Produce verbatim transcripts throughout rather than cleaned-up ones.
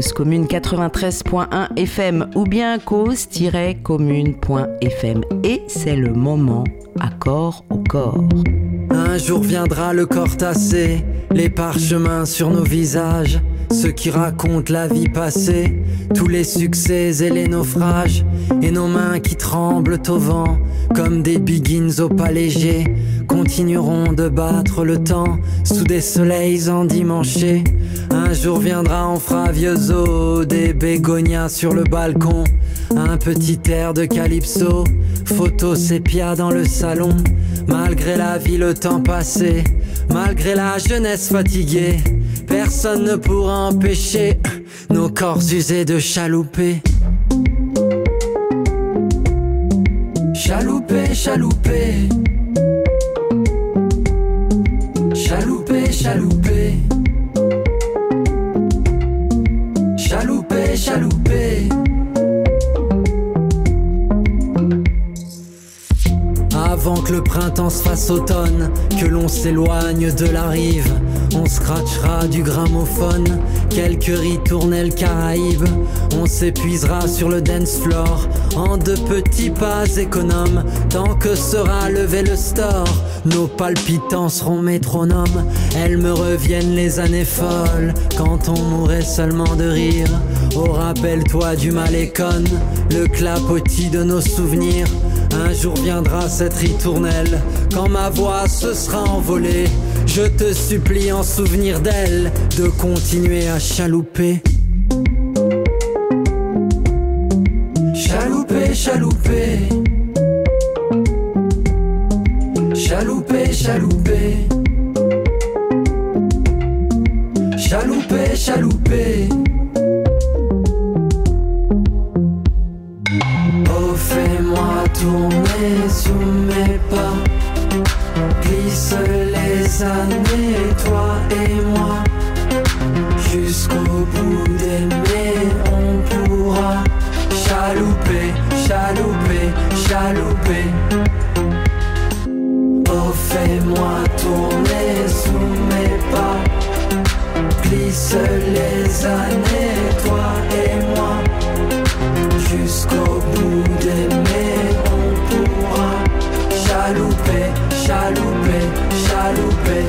Cause Commune quatre-vingt-treize point un F M ou bien cause tiret commune point F M. Et c'est le moment Accord au corps. Un jour viendra le corps tassé, les parchemins sur nos visages, ceux qui racontent la vie passée, tous les succès et les naufrages, et nos mains qui tremblent au vent, comme des biggins au pas léger, continueront de battre le temps, sous des soleils endimanchés. Un jour viendra, on fera vieux os, des bégonias sur le balcon, un petit air de calypso, photo sépia dans le salon. Malgré la vie, le temps passé, malgré la jeunesse fatiguée, personne ne pourra empêcher nos corps usés de chalouper. Chalouper, chalouper. Chalouper, chalouper. Chalouper, chalouper. Avant que le printemps se fasse automne, que l'on s'éloigne de la rive, on scratchera du gramophone, quelques ritournelles caraïbes. On s'épuisera sur le dance floor, en de petits pas économes, tant que sera levé le store. Nos palpitants seront métronomes, elles me reviennent les années folles, quand on mourrait seulement de rire. Oh, rappelle-toi du Malécon, le clapotis de nos souvenirs. Un jour viendra cette ritournelle, quand ma voix se sera envolée. Je te supplie en souvenir d'elle, de continuer à chalouper. Chalouper, chalouper. Chalouper, chalouper. Chalouper, chalouper. Oh, fais-moi tourner sous mes pas, glisse les années, toi et moi, jusqu'au bout d'aimer, on pourra chalouper, chalouper, chalouper. Oh, fais-moi tourner sous mes pas, glisse les années, toi et moi, jusqu'au bout d'aimer, on pourra chalouper, chalouper, chalouper.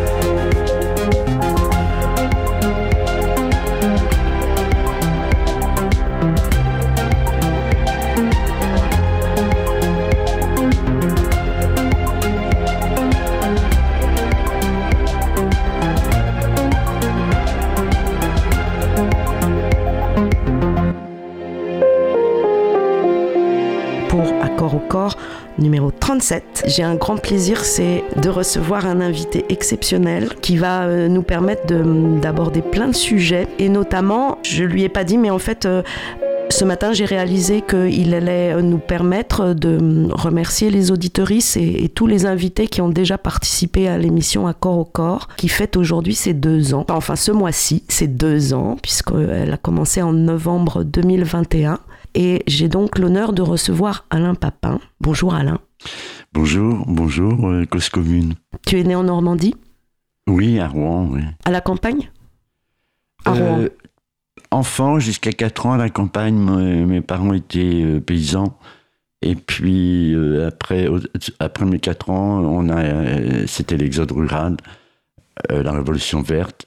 Au corps numéro trente-sept. J'ai un grand plaisir, c'est de recevoir un invité exceptionnel qui va nous permettre de, d'aborder plein de sujets, et notamment, je lui ai pas dit, mais en fait euh, ce matin j'ai réalisé qu'il allait nous permettre de remercier les auditeuristes et, et tous les invités qui ont déjà participé à l'émission Accord au corps, qui fête aujourd'hui ses deux ans, enfin ce mois-ci c'est deux ans, puisqu'elle a commencé en novembre deux mille vingt et un. Et j'ai donc l'honneur de recevoir Alain Papin. Bonjour Alain. Bonjour, bonjour, euh, Cause Commune. Tu es né en Normandie ? Oui, à Rouen, oui. À la campagne ? À euh, Rouen. Enfant, jusqu'à quatre ans à la campagne, mes, mes parents étaient euh, paysans. Et puis, euh, après, après mes quatre ans, on a, euh, c'était l'exode rural, euh, la révolution verte.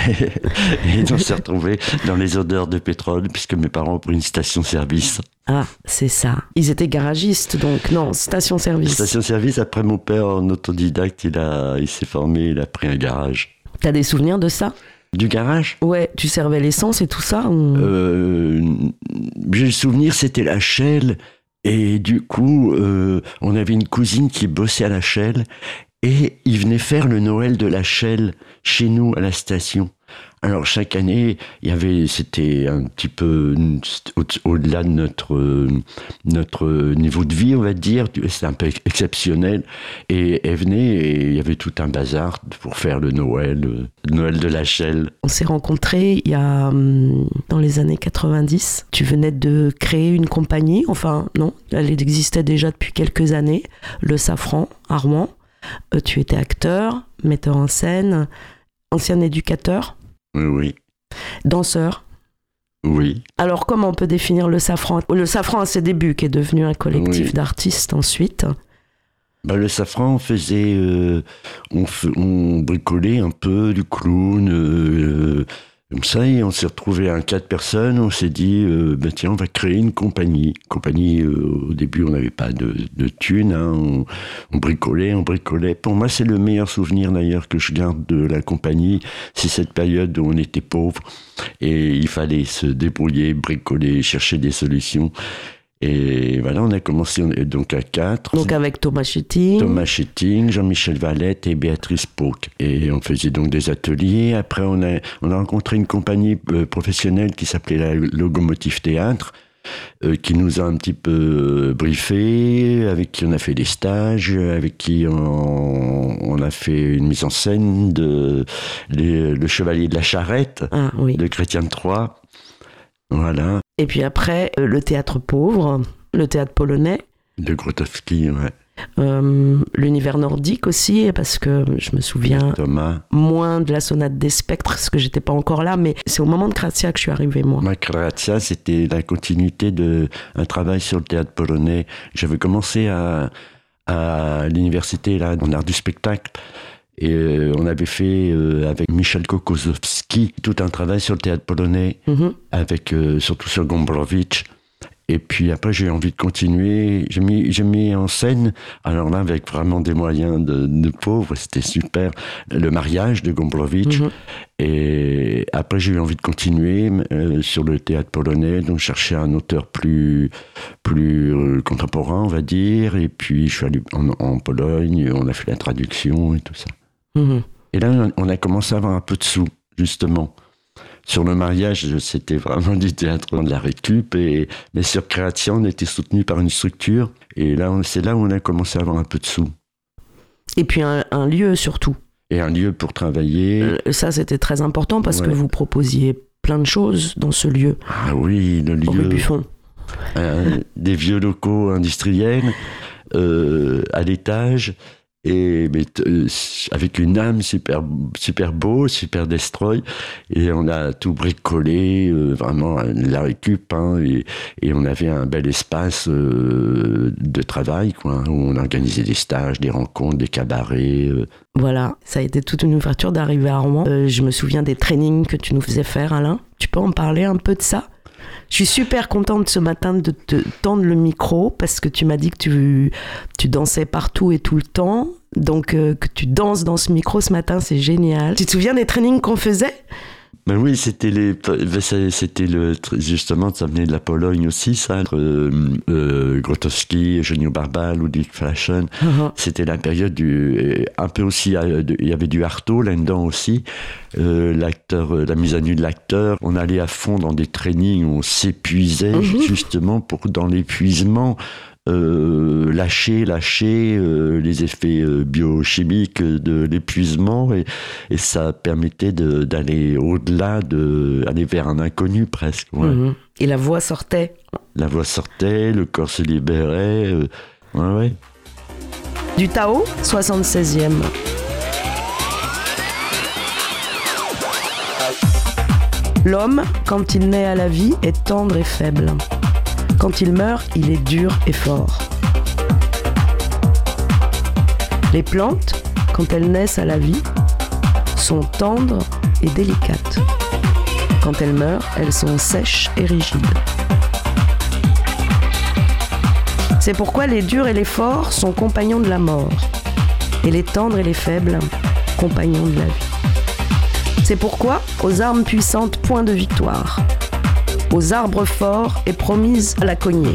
Et on s'est retrouvés dans les odeurs de pétrole, puisque mes parents ont pris une station-service. Ah, c'est ça. Ils étaient garagistes, donc non, station-service. Station-service, après mon père, en autodidacte, il, a, il s'est formé, il a pris un garage. T'as des souvenirs de ça ? Du garage ? Ouais, tu servais l'essence et tout ça ou... euh, J'ai le souvenir, c'était la Shell, et du coup, euh, on avait une cousine qui bossait à la Shell, et il venait faire le Noël de la Shell chez nous à la station. Alors chaque année, il y avait, c'était un petit peu au, au-delà de notre notre niveau de vie, on va dire. C'était un peu exceptionnel. Et elle venait et il y avait tout un bazar pour faire le Noël, le Noël de la Shell. On s'est rencontrés il y a dans les années quatre-vingt-dix. Tu venais de créer une compagnie, enfin non, elle existait déjà depuis quelques années, le Safran à Rouen. Euh, tu étais acteur, metteur en scène, ancien éducateur. Oui, oui. Danseur. Oui. Alors, comment on peut définir le Safran ? Le Safran, à ses débuts, qui est devenu un collectif oui. d'artistes ensuite. Bah, le Safran, on faisait, euh, on, f- on bricolait un peu du clown, euh, comme ça, et on s'est retrouvé à quatre personnes. On s'est dit, euh, bah, tiens, on va créer une compagnie. Compagnie, euh, au début, on n'avait pas de, de thunes, hein, on, on bricolait, on bricolait. Pour moi, c'est le meilleur souvenir d'ailleurs que je garde de la compagnie. C'est cette période où on était pauvres et il fallait se débrouiller, bricoler, chercher des solutions. Et voilà, on a commencé donc à quatre. Donc avec Thomas Chetting. Thomas Chetting, Jean-Michel Valette et Béatrice Pauque. Et on faisait donc des ateliers. Après, on a, on a rencontré une compagnie euh, professionnelle qui s'appelait la Locomotive Théâtre, euh, qui nous a un petit peu briefé, avec qui on a fait des stages, avec qui on, on a fait une mise en scène de les, Le Chevalier de la Charrette, ah, oui. de Chrétien de Troyes. Voilà. Et puis après, euh, le théâtre pauvre, le théâtre polonais. De Grotowski, ouais. Euh, l'univers nordique aussi, parce que je me souviens Thomas. moins de la sonate des spectres, parce que j'étais pas encore là, mais c'est au moment de Kratia que je suis arrivée, moi. Ma Kratia, c'était la continuité d'un travail sur le théâtre polonais. J'avais commencé à, à l'université, là, en art du spectacle. Et euh, on avait fait, euh, avec Michel Kokozowski, tout un travail sur le théâtre polonais, mm-hmm. avec, euh, surtout sur Gombrowicz. Et puis après, j'ai eu envie de continuer. J'ai mis, j'ai mis en scène, alors là, avec vraiment des moyens de, de pauvres, c'était super, le mariage de Gombrowicz. Mm-hmm. Et après, j'ai eu envie de continuer euh, sur le théâtre polonais, donc chercher un auteur plus, plus euh, contemporain, on va dire. Et puis, je suis allé en, en Pologne, on a fait la traduction et tout ça. Mmh. Et là, on a commencé à avoir un peu de sous, justement. Sur le mariage, c'était vraiment du théâtre de la récup, et, mais sur Création, on était soutenu par une structure, et là, on, c'est là où on a commencé à avoir un peu de sous. Et puis un, un lieu, surtout. Et un lieu pour travailler. Euh, ça, c'était très important, parce ouais. que vous proposiez plein de choses dans ce lieu. Ah oui, le lieu... Rue Buffon. Euh, des vieux locaux industriels, euh, à l'étage... Et mais, euh, avec une âme super, super beau, super destroy, et on a tout bricolé, euh, vraiment la récup, hein, et, et on avait un bel espace euh, de travail, quoi, où on organisait des stages, des rencontres, des cabarets. Euh. Voilà, ça a été toute une ouverture d'arriver à Rouen. Euh, je me souviens des trainings que tu nous faisais faire, Alain. Tu peux en parler un peu de ça ? Je suis super contente ce matin de te tendre le micro parce que tu m'as dit que tu, tu dansais partout et tout le temps. Donc euh, que tu danses dans ce micro ce matin, c'est génial. Tu te souviens des trainings qu'on faisait ? Ben oui, c'était les, c'était le, justement, ça venait de la Pologne aussi, ça. Euh, euh, Grotowski, Eugenio Barba, Ludwig Flaschen. Uh-huh. C'était la période du, un peu aussi, il y avait du Artaud là-dedans aussi. Euh, l'acteur, la mise à nu de l'acteur. On allait à fond dans des trainings où on s'épuisait, uh-huh. justement, pour, dans l'épuisement, Euh, lâcher, lâcher euh, les effets euh, biochimiques de l'épuisement, et, et ça permettait de, d'aller au-delà, de, aller vers un inconnu presque. Ouais. Mmh. Et la voix sortait. La voix sortait, le corps se libérait. Euh, ouais, ouais. Du Tao, soixante-seizième. L'homme, quand il naît à la vie, est tendre et faible. Quand il meurt, il est dur et fort. Les plantes, quand elles naissent à la vie, sont tendres et délicates. Quand elles meurent, elles sont sèches et rigides. C'est pourquoi les durs et les forts sont compagnons de la mort, et les tendres et les faibles, compagnons de la vie. C'est pourquoi, aux armes puissantes, point de victoire. Aux arbres forts est promise la cognée.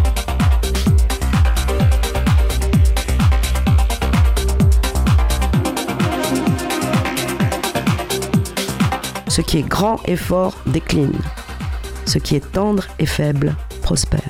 Ce qui est grand et fort décline. Ce qui est tendre et faible prospère.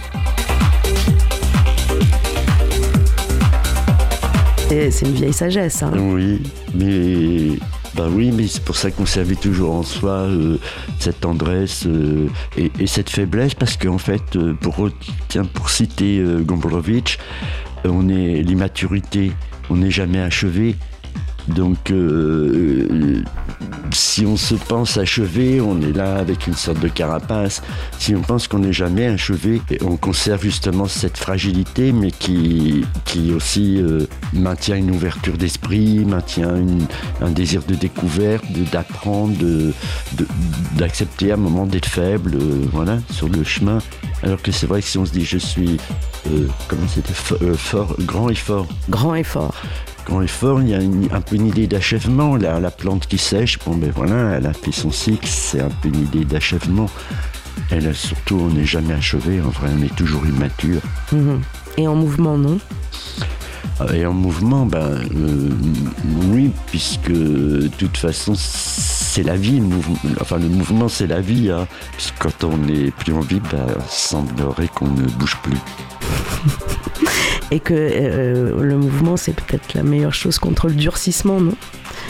Et c'est une vieille sagesse, hein. Oui, mais... Ben oui, mais c'est pour ça qu'on servait toujours en soi euh, cette tendresse euh, et, et cette faiblesse, parce qu'en fait, euh, pour, tiens, pour citer euh, Gombrowicz, euh, on est l'immaturité, on n'est jamais achevé. Donc, euh, si on se pense achevé, on est là avec une sorte de carapace. Si on pense qu'on n'est jamais achevé, on conserve justement cette fragilité, mais qui, qui aussi euh, maintient une ouverture d'esprit, maintient une, un désir de découverte, de, d'apprendre, de, de, d'accepter à un moment d'être faible, euh, voilà, sur le chemin. Alors que c'est vrai que si on se dit je suis, euh, comment c'était, F- euh, fort, grand et fort. Grand et fort. Grand et fort, il y a une, un peu une idée d'achèvement. La, la plante qui sèche, bon ben voilà, elle a fait son cycle, c'est un peu une idée d'achèvement. Elle a surtout, on n'est jamais achevé, en vrai, on est toujours immature. Mmh. Et en mouvement, non ? Et en mouvement, ben euh, oui, puisque de toute façon, c'est la vie. Le mouvement, enfin, le mouvement, c'est la vie. Hein, puisque quand on n'est plus en vie, ben, il semblerait qu'on ne bouge plus. Et que euh, le mouvement, c'est peut-être la meilleure chose contre le durcissement, non ?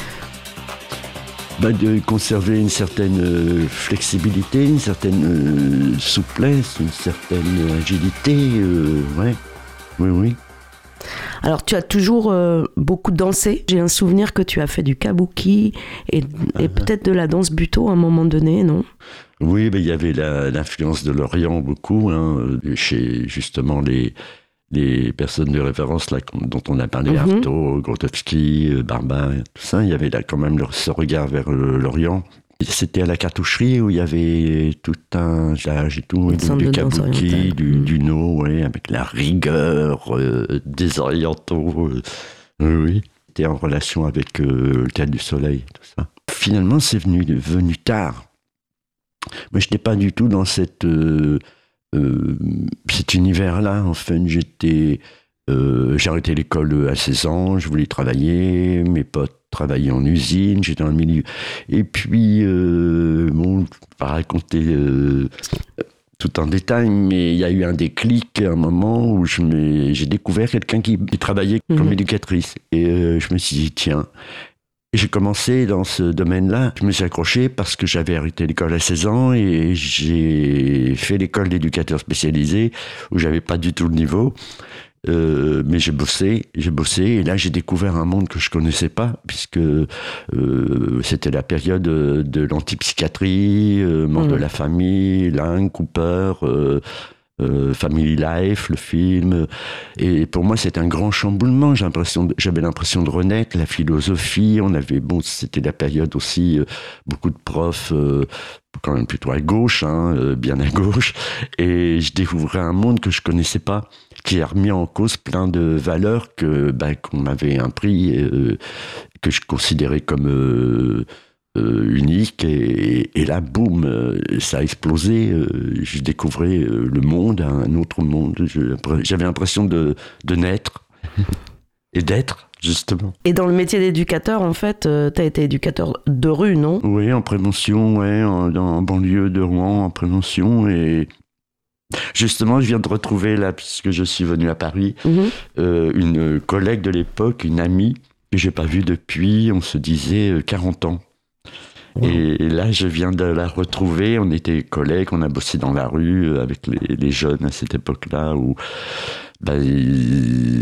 Ben, de conserver une certaine euh, flexibilité, une certaine euh, souplesse, une certaine agilité. Euh, ouais, oui, oui. Alors, tu as toujours euh, beaucoup dansé. J'ai un souvenir que tu as fait du kabuki et, et uh-huh. peut-être de la danse buto à un moment donné, non ? Oui, ben, il y avait la, l'influence de l'Orient beaucoup, hein, chez justement les, les personnes de référence là, dont on a parlé, mm-hmm. Artaud, Grotowski, Barba, tout ça. Il y avait là quand même le, ce regard vers le, l'Orient. C'était à la cartoucherie où il y avait tout un âge et tout, du, du kabuki, du, mmh. du no, ouais, avec la rigueur euh, des orientaux. Euh, oui, c'était en relation avec euh, le Théâtre du Soleil, tout ça. Finalement, c'est venu, venu tard. Moi, je n'étais pas du tout dans cette, euh, euh, cet univers-là. En fait, j'étais, euh, j'ai arrêté l'école à seize ans, je voulais travailler, mes potes travailler en usine, j'étais dans le milieu. Et puis, euh, bon, je ne vais pas raconter euh, tout en détail, mais il y a eu un déclic à un moment où je me, j'ai découvert quelqu'un qui travaillait mmh. comme éducatrice. Et euh, je me suis dit, tiens, et j'ai commencé dans ce domaine-là. Je me suis accroché parce que j'avais arrêté l'école à seize ans et j'ai fait l'école d'éducateur spécialisé où j'avais pas du tout le niveau. Euh, mais j'ai bossé, j'ai bossé, et là j'ai découvert un monde que je connaissais pas, puisque euh, c'était la période de, de l'antipsychiatrie, euh, mort mmh. de la famille, Lang, Cooper, euh, euh, Family Life, le film. Et pour moi, c'était un grand chamboulement. J'ai l'impression de, j'avais l'impression de renaître, la philosophie. On avait, bon, c'était la période aussi, euh, beaucoup de profs. Euh, quand même plutôt à gauche, hein, euh, bien à gauche, et je découvrais un monde que je connaissais pas, qui a remis en cause plein de valeurs que bah, qu'on m'avait appris, euh, que je considérais comme euh, euh, uniques, et, et là, boum, euh, ça a explosé. Euh, je découvrais euh, le monde, un autre monde. Je, j'avais l'impression de, de naître et d'être. Justement. Et dans le métier d'éducateur, en fait, euh, tu as été éducateur de rue, non ? Oui, en prévention, ouais, en, en banlieue de Rouen, en prévention. Et justement, je viens de retrouver, là, puisque je suis venu à Paris, mm-hmm. euh, une collègue de l'époque, une amie, que je n'ai pas vue depuis, on se disait, euh, quarante ans. Wow. Et, et là, je viens de la retrouver. On était collègues, on a bossé dans la rue avec les, les jeunes à cette époque-là, où ben, il,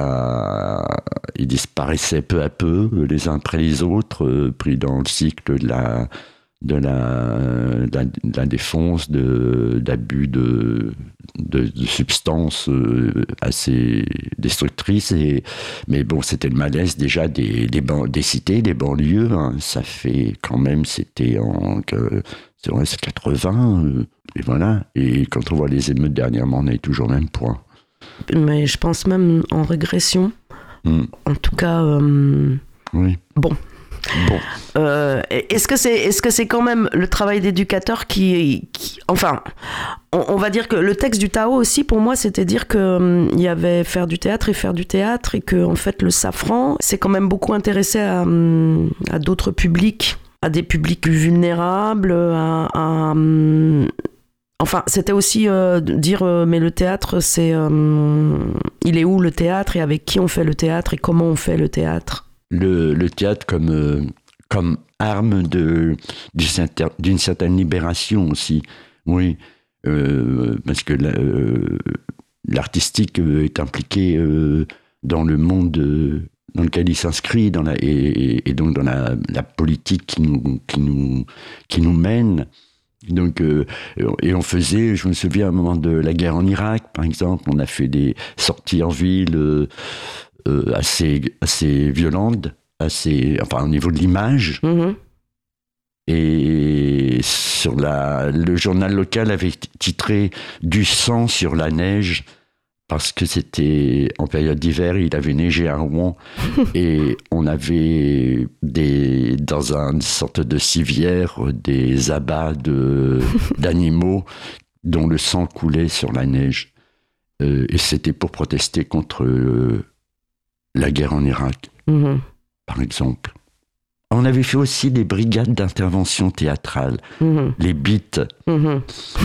ça, ils disparaissaient peu à peu, les uns après les autres, euh, pris dans le cycle de la, de la, de la, de la défonce, de, d'abus de, de, de substances euh, assez destructrices. Et, mais bon, c'était le malaise déjà des, des, ban- des cités, des banlieues. Hein. Ça fait quand même, c'était en que, c'est vrai, c'est quatre-vingts. Euh, et voilà. Et quand on voit les émeutes dernièrement, on est toujours au même point. Mais je pense même en régression. Mmh. En tout cas, euh... oui. Bon. Bon. Euh, est-ce que c'est, est-ce que c'est quand même le travail d'éducateur qui, qui enfin, on, on va dire que le texte du Tao aussi, pour moi, c'était dire que hum, il y avait faire du théâtre et faire du théâtre, et que en fait le Safran s'est quand même beaucoup intéressé à, hum, à d'autres publics, à des publics plus vulnérables, à, à hum, enfin, c'était aussi euh, dire, euh, mais le théâtre, c'est, euh, il est où le théâtre, et avec qui on fait le théâtre, et comment on fait le théâtre. Le, le théâtre comme, euh, comme arme de, d'une certaine libération aussi, oui, euh, parce que la, euh, l'artistique est impliqué euh, dans le monde de, dans lequel il s'inscrit, dans la, et, et donc dans la, la politique qui nous, qui nous, qui nous mène. Donc, euh, et on faisait, je me souviens à un moment de la guerre en Irak, par exemple, on a fait des sorties en ville euh, euh, assez, assez violentes, assez, enfin au niveau de l'image. Mmh. Et sur la, le journal local avait titré « Du sang sur la neige ». Parce que c'était en période d'hiver, il avait neigé à Rouen et on avait des, dans une sorte de civière des abats de, d'animaux dont le sang coulait sur la neige. Euh, et c'était pour protester contre euh, la guerre en Irak, mmh. par exemple. On avait fait aussi des brigades d'intervention théâtrale, mmh. les beats. Mmh.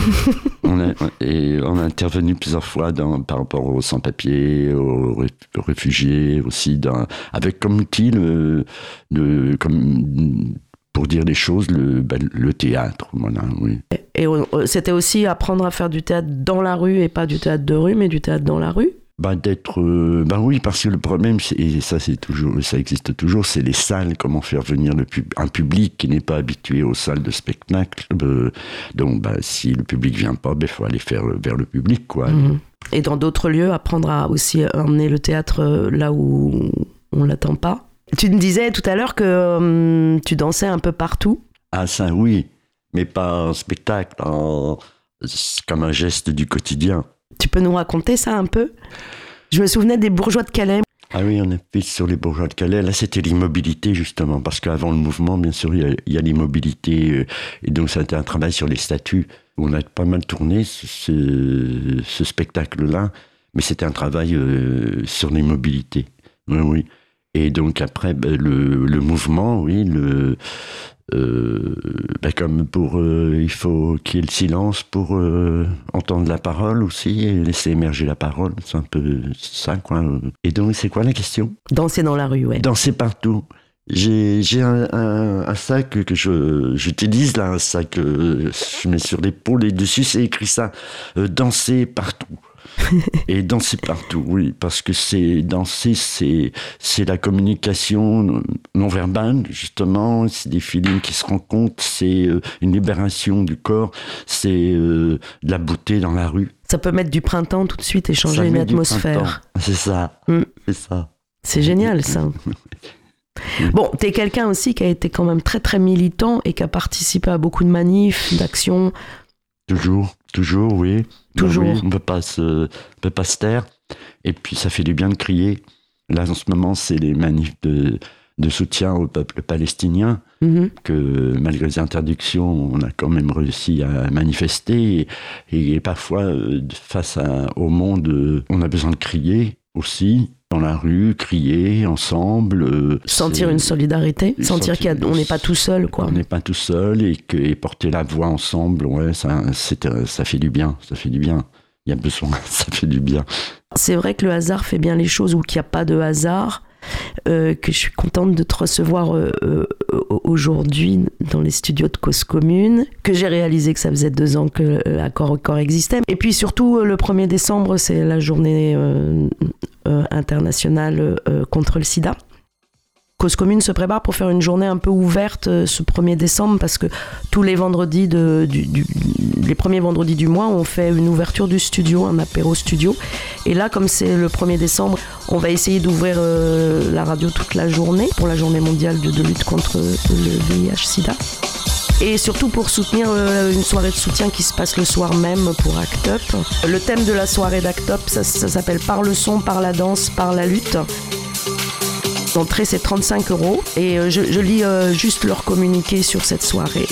on, a, et on a intervenu plusieurs fois dans, par rapport aux sans-papiers, aux, aux réfugiés aussi, dans, avec comme outil, le, le, comme, pour dire les choses, le, ben, le théâtre. Voilà, oui. Et, et c'était aussi apprendre à faire du théâtre dans la rue, et pas du théâtre de rue, mais du théâtre dans la rue? Ben d'être, euh, ben oui, parce que le problème, et ça c'est toujours, ça existe toujours, c'est les salles. Comment faire venir le pub, un public qui n'est pas habitué aux salles de spectacle. Euh, donc, ben, si le public vient pas, ben faut aller faire vers le public, quoi. Mmh. Et dans d'autres lieux, apprendre à aussi emmener le théâtre là où on l'attend pas. Tu me disais tout à l'heure que hum, tu dansais un peu partout. Ah ça, oui, mais pas en spectacle, en, comme un geste du quotidien. Tu peux nous raconter ça un peu ? Je me souvenais des bourgeois de Calais. Ah oui, on a fait sur les bourgeois de Calais. Là, c'était l'immobilité, justement, parce qu'avant le mouvement, bien sûr, il y a, il y a l'immobilité. Euh, et donc, ça a été un travail sur les statuts, où on a pas mal tourné ce, ce, ce spectacle-là. Mais c'était un travail euh, sur l'immobilité. Oui, oui. Et donc, après, ben, le, le mouvement, oui, le... Euh, ben comme pour euh, il faut qu'il y ait le silence pour euh, entendre la parole aussi et laisser émerger la parole, c'est un peu ça, quoi. Et donc c'est quoi la question ? Danser dans la rue, ouais. Danser partout. J'ai, j'ai un, un, un sac que je, j'utilise là, un sac que je mets sur l'épaule et dessus c'est écrit ça, euh, danser partout. Et danser partout, oui, parce que c'est danser, c'est c'est la communication non verbale, justement, c'est des feelings qui se rencontrent, c'est euh, une libération du corps, c'est euh, de la beauté dans la rue. Ça peut mettre du printemps tout de suite et changer une atmosphère. C'est ça, mm. c'est ça. C'est génial, ça. Bon, t'es quelqu'un aussi qui a été quand même très très militant et qui a participé à beaucoup de manifs, d'actions. Toujours, toujours, oui. Toujours. Ben oui, on ne peut pas se, on peut pas se taire. Et puis, ça fait du bien de crier. Là, en ce moment, c'est les manifs de, de soutien au peuple palestinien, mm-hmm. que malgré les interdictions, on a quand même réussi à manifester. Et, et parfois, face à, au monde, on a besoin de crier aussi. Dans la rue, crier ensemble. Euh, sentir une solidarité, sentir, sentir qu'on n'est pas tout seul, quoi. On n'est pas tout seul et, que, et porter la voix ensemble, ouais, ça, c'est, ça fait du bien, ça fait du bien. Il y a besoin, ça fait du bien. C'est vrai que le hasard fait bien les choses ou qu'il n'y a pas de hasard. Euh, que je suis contente de te recevoir euh, euh, aujourd'hui dans les studios de Cause Commune, que j'ai réalisé que ça faisait deux ans que euh, Accord au corps existait. Et puis surtout, euh, le premier décembre, c'est la journée euh, euh, internationale euh, contre le sida. Cause Commune se prépare pour faire une journée un peu ouverte euh, ce premier décembre parce que tous les vendredis, de, du, du, les premiers vendredis du mois, on fait une ouverture du studio, un apéro studio. Et là, comme c'est le premier décembre, on va essayer d'ouvrir euh, la radio toute la journée pour la journée mondiale de, de lutte contre le V I H sida. Et surtout pour soutenir euh, une soirée de soutien qui se passe le soir même pour ACT UP. Le thème de la soirée d'ACT UP, ça, ça s'appelle « Par le son, par la danse, par la lutte ». L'entrée, c'est trente-cinq euros et euh, je, je lis euh, juste leur communiqué sur cette soirée.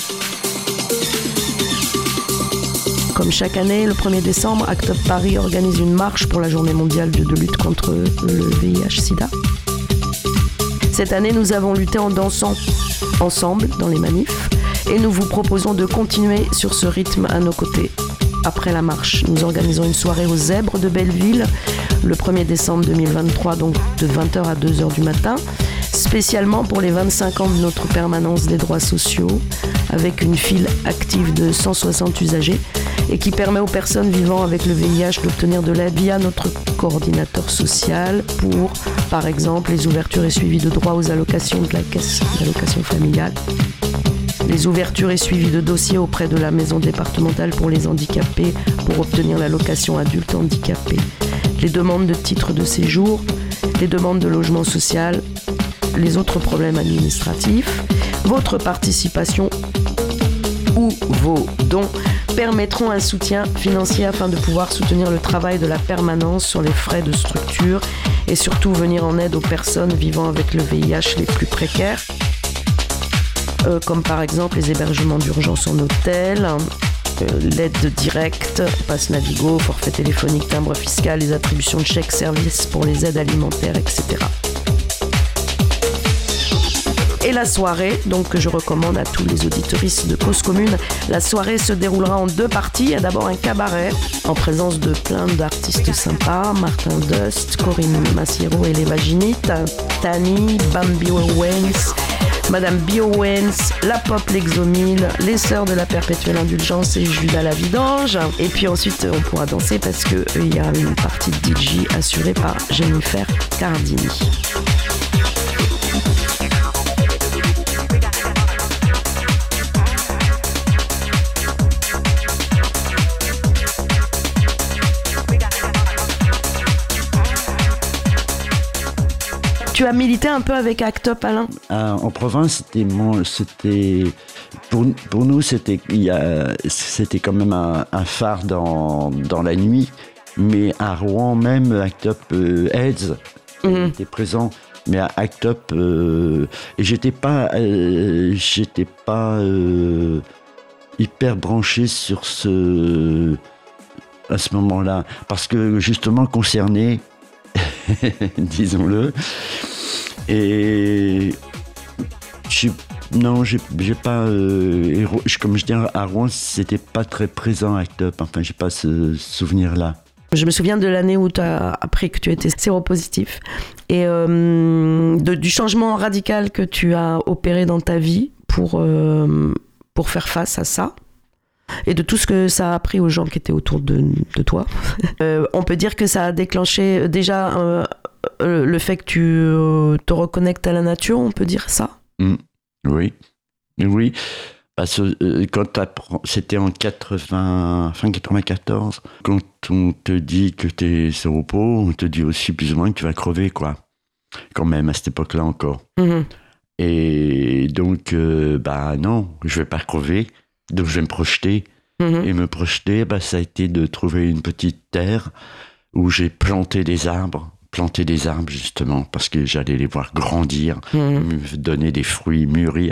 Comme chaque année, le premier décembre, ACT UP Paris organise une marche pour la journée mondiale de, de lutte contre le V I H sida. Cette année, nous avons lutté en dansant ensemble dans les manifs et nous vous proposons de continuer sur ce rythme à nos côtés. Après la marche, nous organisons une soirée aux Zèbres de Belleville le premier décembre deux mille vingt-trois, donc de vingt heures à deux heures du matin. spécialement pour les vingt-cinq ans de notre permanence des droits sociaux, avec une file active de cent soixante usagers et qui permet aux personnes vivant avec le V I H d'obtenir de l'aide via notre coordinateur social pour, par exemple, les ouvertures et suivis de droits aux allocations de la caisse d'allocation familiale, les ouvertures et suivis de dossiers auprès de la maison départementale pour les handicapés pour obtenir l'allocation adulte handicapé, les demandes de titres de séjour, les demandes de logement social, les autres problèmes administratifs. Votre participation ou vos dons permettront un soutien financier afin de pouvoir soutenir le travail de la permanence sur les frais de structure et surtout venir en aide aux personnes vivant avec le V I H les plus précaires, euh, comme par exemple les hébergements d'urgence en hôtel, euh, l'aide directe, passe Navigo, forfait téléphonique, timbre fiscal, les attributions de chèques services pour les aides alimentaires, et cetera. Et la soirée, donc que je recommande à tous les auditeuristes de Cause Commune, la soirée se déroulera en deux parties. Il y a d'abord un cabaret en présence de plein d'artistes sympas, Martin Dust, Corinne Massiero et les Vaginites, Tani, Bambi Owens, Madame Bio Owens, La Pop l'Exomile, les Sœurs de la Perpétuelle Indulgence et Judas la Vidange. Et puis ensuite, on pourra danser parce qu'il y a une partie de D J assurée par Jennifer Cardini. Tu as milité un peu avec Act Up, Alain ? Ah, en province, c'était, mon, c'était pour, pour nous, c'était, il y a, c'était quand même un, un phare dans, dans la nuit. Mais à Rouen même, Act Up euh, Aids mmh. était présent. Mais à Act Up, euh, et j'étais pas, euh, j'étais pas euh, hyper branché sur ce, à ce moment-là, parce que justement concerné. Disons-le. Et j'ai, non, j'ai, j'ai pas. Euh, comme je dis, à Rouen, c'était pas très présent Act Up. Enfin, j'ai pas ce souvenir-là. Je me souviens de l'année où tu as appris que tu étais séropositif et euh, de, du changement radical que tu as opéré dans ta vie pour, euh, pour faire face à ça. Et de tout ce que ça a appris aux gens qui étaient autour de, de toi. Euh, on peut dire que ça a déclenché déjà euh, le fait que tu euh, te reconnectes à la nature, on peut dire ça ? Mmh. Oui, oui. Parce que euh, quand c'était en quatre-vingts, fin quatre-vingt-quatorze, quand on te dit que t'es séropo, on te dit aussi plus ou moins que tu vas crever, quoi. Quand même, à cette époque-là encore. Mmh. Et donc, euh, bah non, je vais pas crever. Donc je vais me projeter. Mmh. Et me projeter, bah, ça a été de trouver une petite terre où j'ai planté des arbres. Planté des arbres, justement, parce que j'allais les voir grandir, mmh. me donner des fruits, mûrir.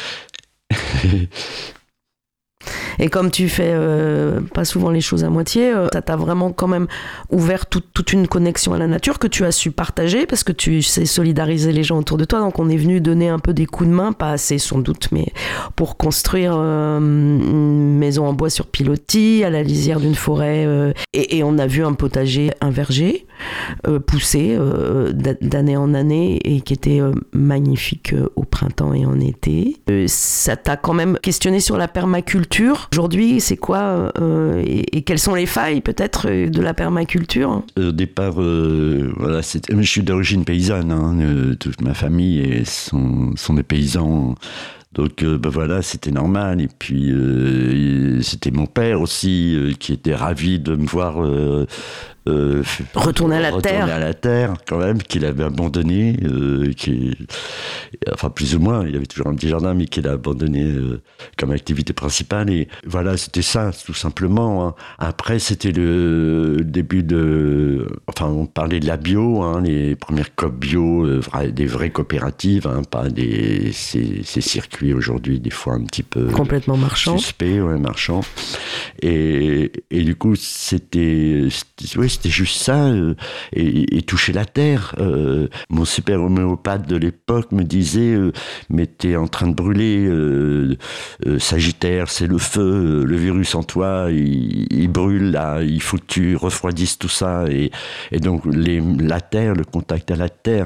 Et comme tu fais euh, pas souvent les choses à moitié, euh, ça t'a vraiment quand même ouvert tout, toute une connexion à la nature que tu as su partager parce que tu sais solidariser les gens autour de toi. Donc on est venu donner un peu des coups de main, pas assez sans doute, mais pour construire euh, une maison en bois sur pilotis à la lisière d'une forêt. Euh, et, et on a vu un potager, un verger euh, pousser euh, d'année en année et qui était euh, magnifique euh, au printemps et en été. Euh, ça t'a quand même questionné sur la permaculture. Aujourd'hui, c'est quoi euh, et, et quelles sont les failles peut-être de la permaculture ? Au départ, euh, voilà, je suis d'origine paysanne. Hein, euh, toute ma famille sont, sont des paysans. Donc euh, ben voilà, c'était normal. Et puis euh, c'était mon père aussi euh, qui était ravi de me voir euh, euh, retourner à la retourner terre. à la terre quand même, qu'il avait abandonné. Euh, qui, enfin plus ou moins, il y avait toujours un petit jardin, mais qu'il a abandonné euh, comme activité principale. Et voilà, c'était ça, tout simplement. Hein. Après, c'était le début de... Enfin, on parlait de la bio, hein, les premières coop bio, euh, des vraies coopératives, hein, pas des ces, ces circuits aujourd'hui des fois un petit peu complètement marchand, suspect, ouais, marchand. Et, et du coup, c'était, c'était, ouais, c'était juste ça, euh, et, et toucher la terre. Euh, mon super homéopathe de l'époque me disait, euh, mais t'es en train de brûler, euh, euh, Sagittaire, c'est le feu, euh, le virus en toi, il, il brûle là, il faut que tu refroidisses tout ça. Et, et donc, les, la terre, le contact à la terre,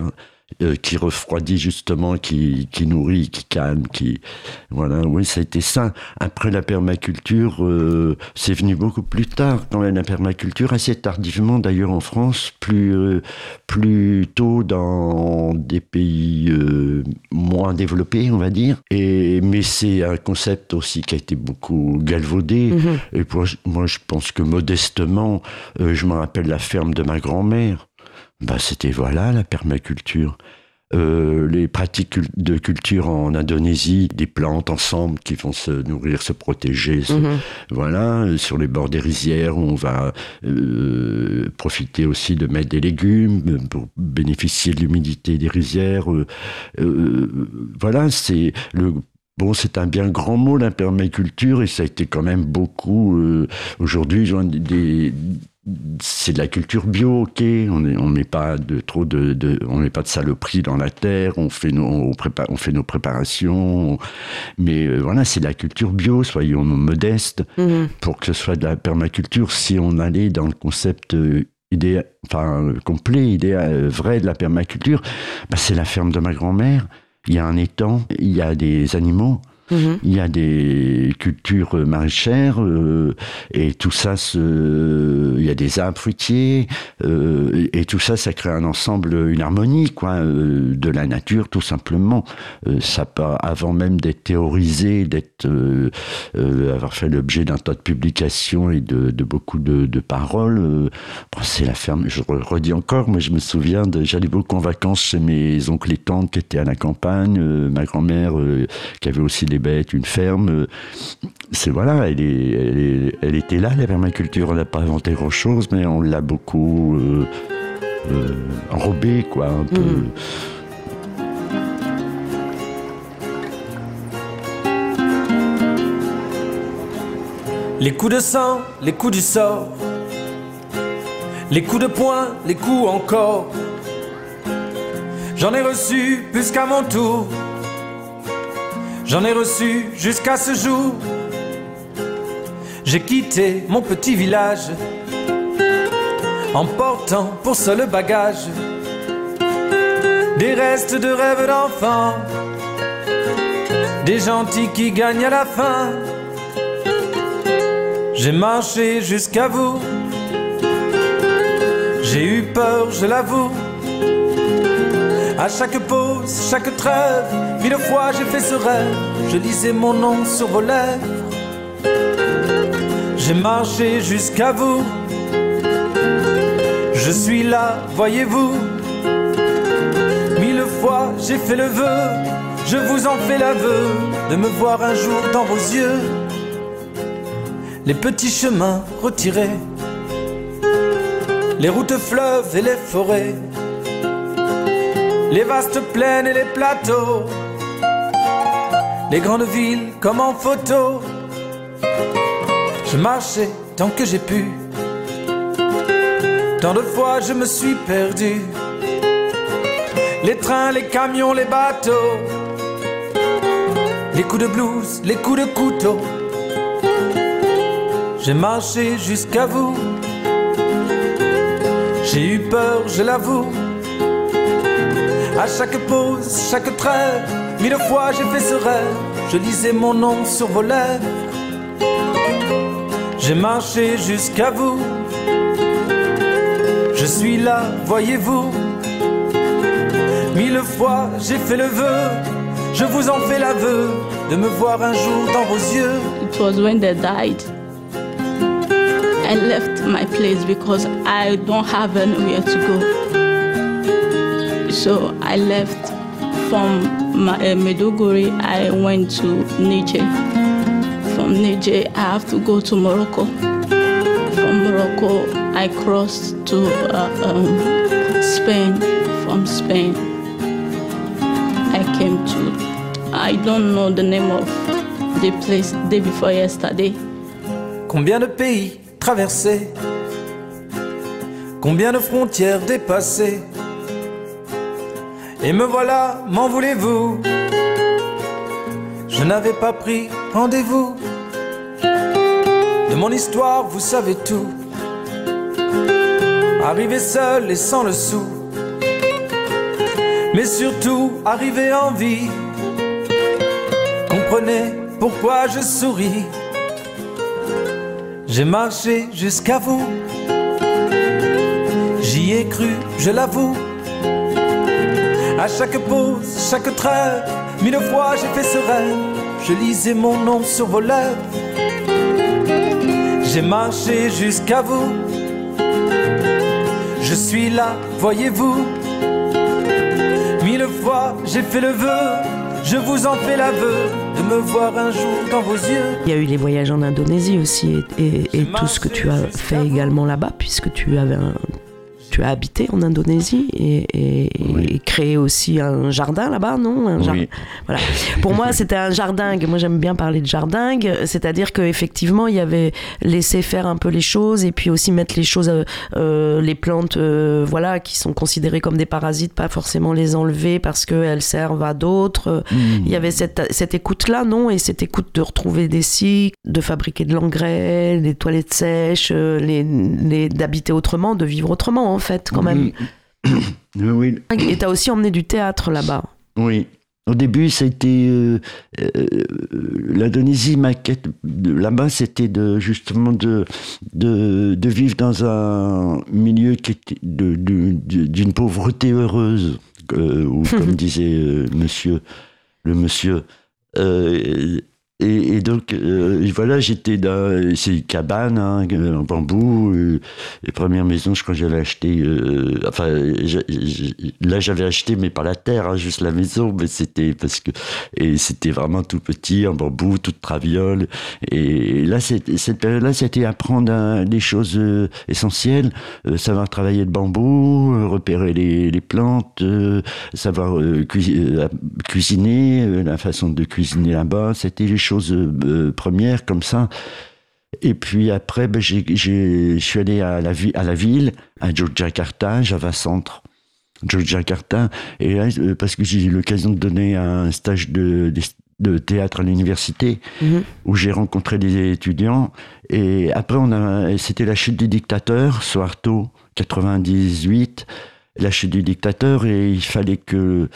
euh, qui refroidit justement, qui, qui nourrit, qui calme, qui voilà. Oui, ça a été ça. Après la permaculture, euh, c'est venu beaucoup plus tard. Quand même, la permaculture, assez tardivement d'ailleurs en France, plus euh, plus tôt dans des pays euh, moins développés, on va dire. Et mais c'est un concept aussi qui a été beaucoup galvaudé. Mmh. Et pour, moi, je pense que modestement, euh, je me rappelle la ferme de ma grand-mère. Bah, c'était voilà la permaculture. Euh, les pratiques de culture en Indonésie, des plantes ensemble qui vont se nourrir, se protéger, se, mmh. voilà, sur les bords des rizières où on va euh, profiter aussi de mettre des légumes pour bénéficier de l'humidité des rizières. Euh, euh, voilà, c'est le Bon, c'est un bien grand mot, la permaculture, et ça a été quand même beaucoup... Euh, aujourd'hui, des, c'est de la culture bio, ok, on ne on met pas de trop de, de... On met pas de saloperies dans la terre, on fait nos, on prépare, on fait nos préparations, on, mais euh, voilà, c'est de la culture bio, soyons modestes, mmh. pour que ce soit de la permaculture. Si on allait dans le concept... Euh, idéal, enfin, complet, idéal, vrai de la permaculture, bah, c'est la ferme de ma grand-mère. Il y a un étang, il y a des animaux, mmh. il y a des cultures maraîchères, euh, et tout ça, se, il y a des arbres fruitiers, euh, et tout ça, ça crée un ensemble, une harmonie, quoi, euh, de la nature, tout simplement. Euh, ça part, avant même d'être théorisé, d'être, euh, euh, avoir fait l'objet d'un tas de publications et de, de beaucoup de, de paroles. Euh, bon, c'est la ferme. Je redis encore, mais je me souviens, de, j'allais beaucoup en vacances chez mes oncles et tantes qui étaient à la campagne, euh, ma grand-mère euh, qui avait aussi des bêtes, une ferme. Euh, c'est voilà, elle, est, elle, est, elle était là, la permaculture. On n'a pas inventé grand-chose, mais on l'a beaucoup euh, euh, enrobée, quoi, un peu. Mmh. Les coups de sang, les coups du sort, les coups de poing, les coups encore. J'en ai reçu plus qu'à mon tour. J'en ai reçu jusqu'à ce jour. J'ai quitté mon petit village, emportant pour seul bagage des restes de rêves d'enfants, des gentils qui gagnent à la fin. J'ai marché jusqu'à vous, j'ai eu peur, je l'avoue. À chaque pause, chaque trêve, mille fois j'ai fait ce rêve. Je lisais mon nom sur vos lèvres. J'ai marché jusqu'à vous. Je suis là, voyez-vous. Mille fois j'ai fait le vœu, je vous en fais l'aveu, de me voir un jour dans vos yeux. Les petits chemins retirés, les routes fleuves et les forêts, les vastes plaines et les plateaux, les grandes villes comme en photo. Je marchais tant que j'ai pu, tant de fois je me suis perdu. Les trains, les camions, les bateaux, les coups de blues, les coups de couteau. J'ai marché jusqu'à vous. J'ai eu peur, je l'avoue. À chaque pause, chaque trêve, mille fois j'ai fait ce rêve. Je lisais mon nom sur vos lèvres. J'ai marché jusqu'à vous. Je suis là, voyez-vous. Mille fois j'ai fait le vœu, je vous en fais l'aveu, de me voir un jour dans vos yeux. It was when they died. I left my place because I don't have anywhere to go. So I left from my, uh, Maiduguri, I went to Niger. From Niger, I have to go to Morocco. From Morocco, I crossed to uh, um, Spain. From Spain, I came to, I don't know the name of the place, day before yesterday. Combien de pays traversés, combien de frontières dépassées, et me voilà, m'en voulez-vous? Je n'avais pas pris rendez-vous. De mon histoire, vous savez tout. Arrivé seul et sans le sou, mais surtout arriver en vie. Comprenez pourquoi je souris. J'ai marché jusqu'à vous, j'y ai cru, je l'avoue. À chaque pause, chaque trêve, mille fois j'ai fait ce rêve. Je lisais mon nom sur vos lèvres. J'ai marché jusqu'à vous. Je suis là, voyez-vous. Mille fois j'ai fait le vœu, je vous en fais l'aveu, de me voir un jour dans vos yeux. Il y a eu les voyages en Indonésie aussi et, et, et tout ce que tu as fait également là-bas, puisque tu avais un... Tu as habité en Indonésie et, et, oui. et créé aussi un jardin là-bas, non un jardin. Oui. Voilà. Pour moi, c'était un jardingue. Moi, j'aime bien parler de jardingue, c'est-à-dire qu'effectivement, il y avait laissé faire un peu les choses et puis aussi mettre les choses, euh, les plantes, euh, voilà, qui sont considérées comme des parasites, pas forcément les enlever parce qu'elles servent à d'autres. Mmh. Il y avait cette, cette écoute-là, non Et cette écoute de retrouver des cycles, de fabriquer de l'engrais, des toilettes sèches, les, les, d'habiter autrement, de vivre autrement, en fait, quand même. Oui. oui. Et t'as aussi emmené du théâtre là-bas. Oui. Au début, ça a été euh, euh, l'Indonésie, ma quête là-bas, c'était de justement de de, de vivre dans un milieu qui était de, de, de, d'une pauvreté heureuse, euh, ou comme disait euh, Monsieur le Monsieur. Euh, Et, et donc, euh, voilà, j'étais dans ces cabanes hein, en bambou. Euh, les premières maisons, je crois que j'avais acheté. Euh, enfin, j', j', là, j'avais acheté, mais pas la terre, hein, juste la maison. Mais c'était parce que et c'était vraiment tout petit, en bambou, toute traviole. Et là, c'était, cette période-là, c'était apprendre hein, des choses euh, essentielles, euh, savoir travailler le bambou, euh, repérer les, les plantes, euh, savoir euh, cuisi- euh, cuisiner, euh, la façon de cuisiner là-bas. C'était les choses euh, premières comme ça. Et puis après, ben, j'ai, j'ai, je suis allé à la, vi- à la ville, à Yogyakarta, Java Centre, Yogyakarta, et là, euh, parce que j'ai eu l'occasion de donner un stage de, de, de théâtre à l'université, mmh. où j'ai rencontré des étudiants, et après, on a, c'était la chute du dictateur, Suharto, quatre-vingt-dix-huit, la chute du dictateur, et il fallait que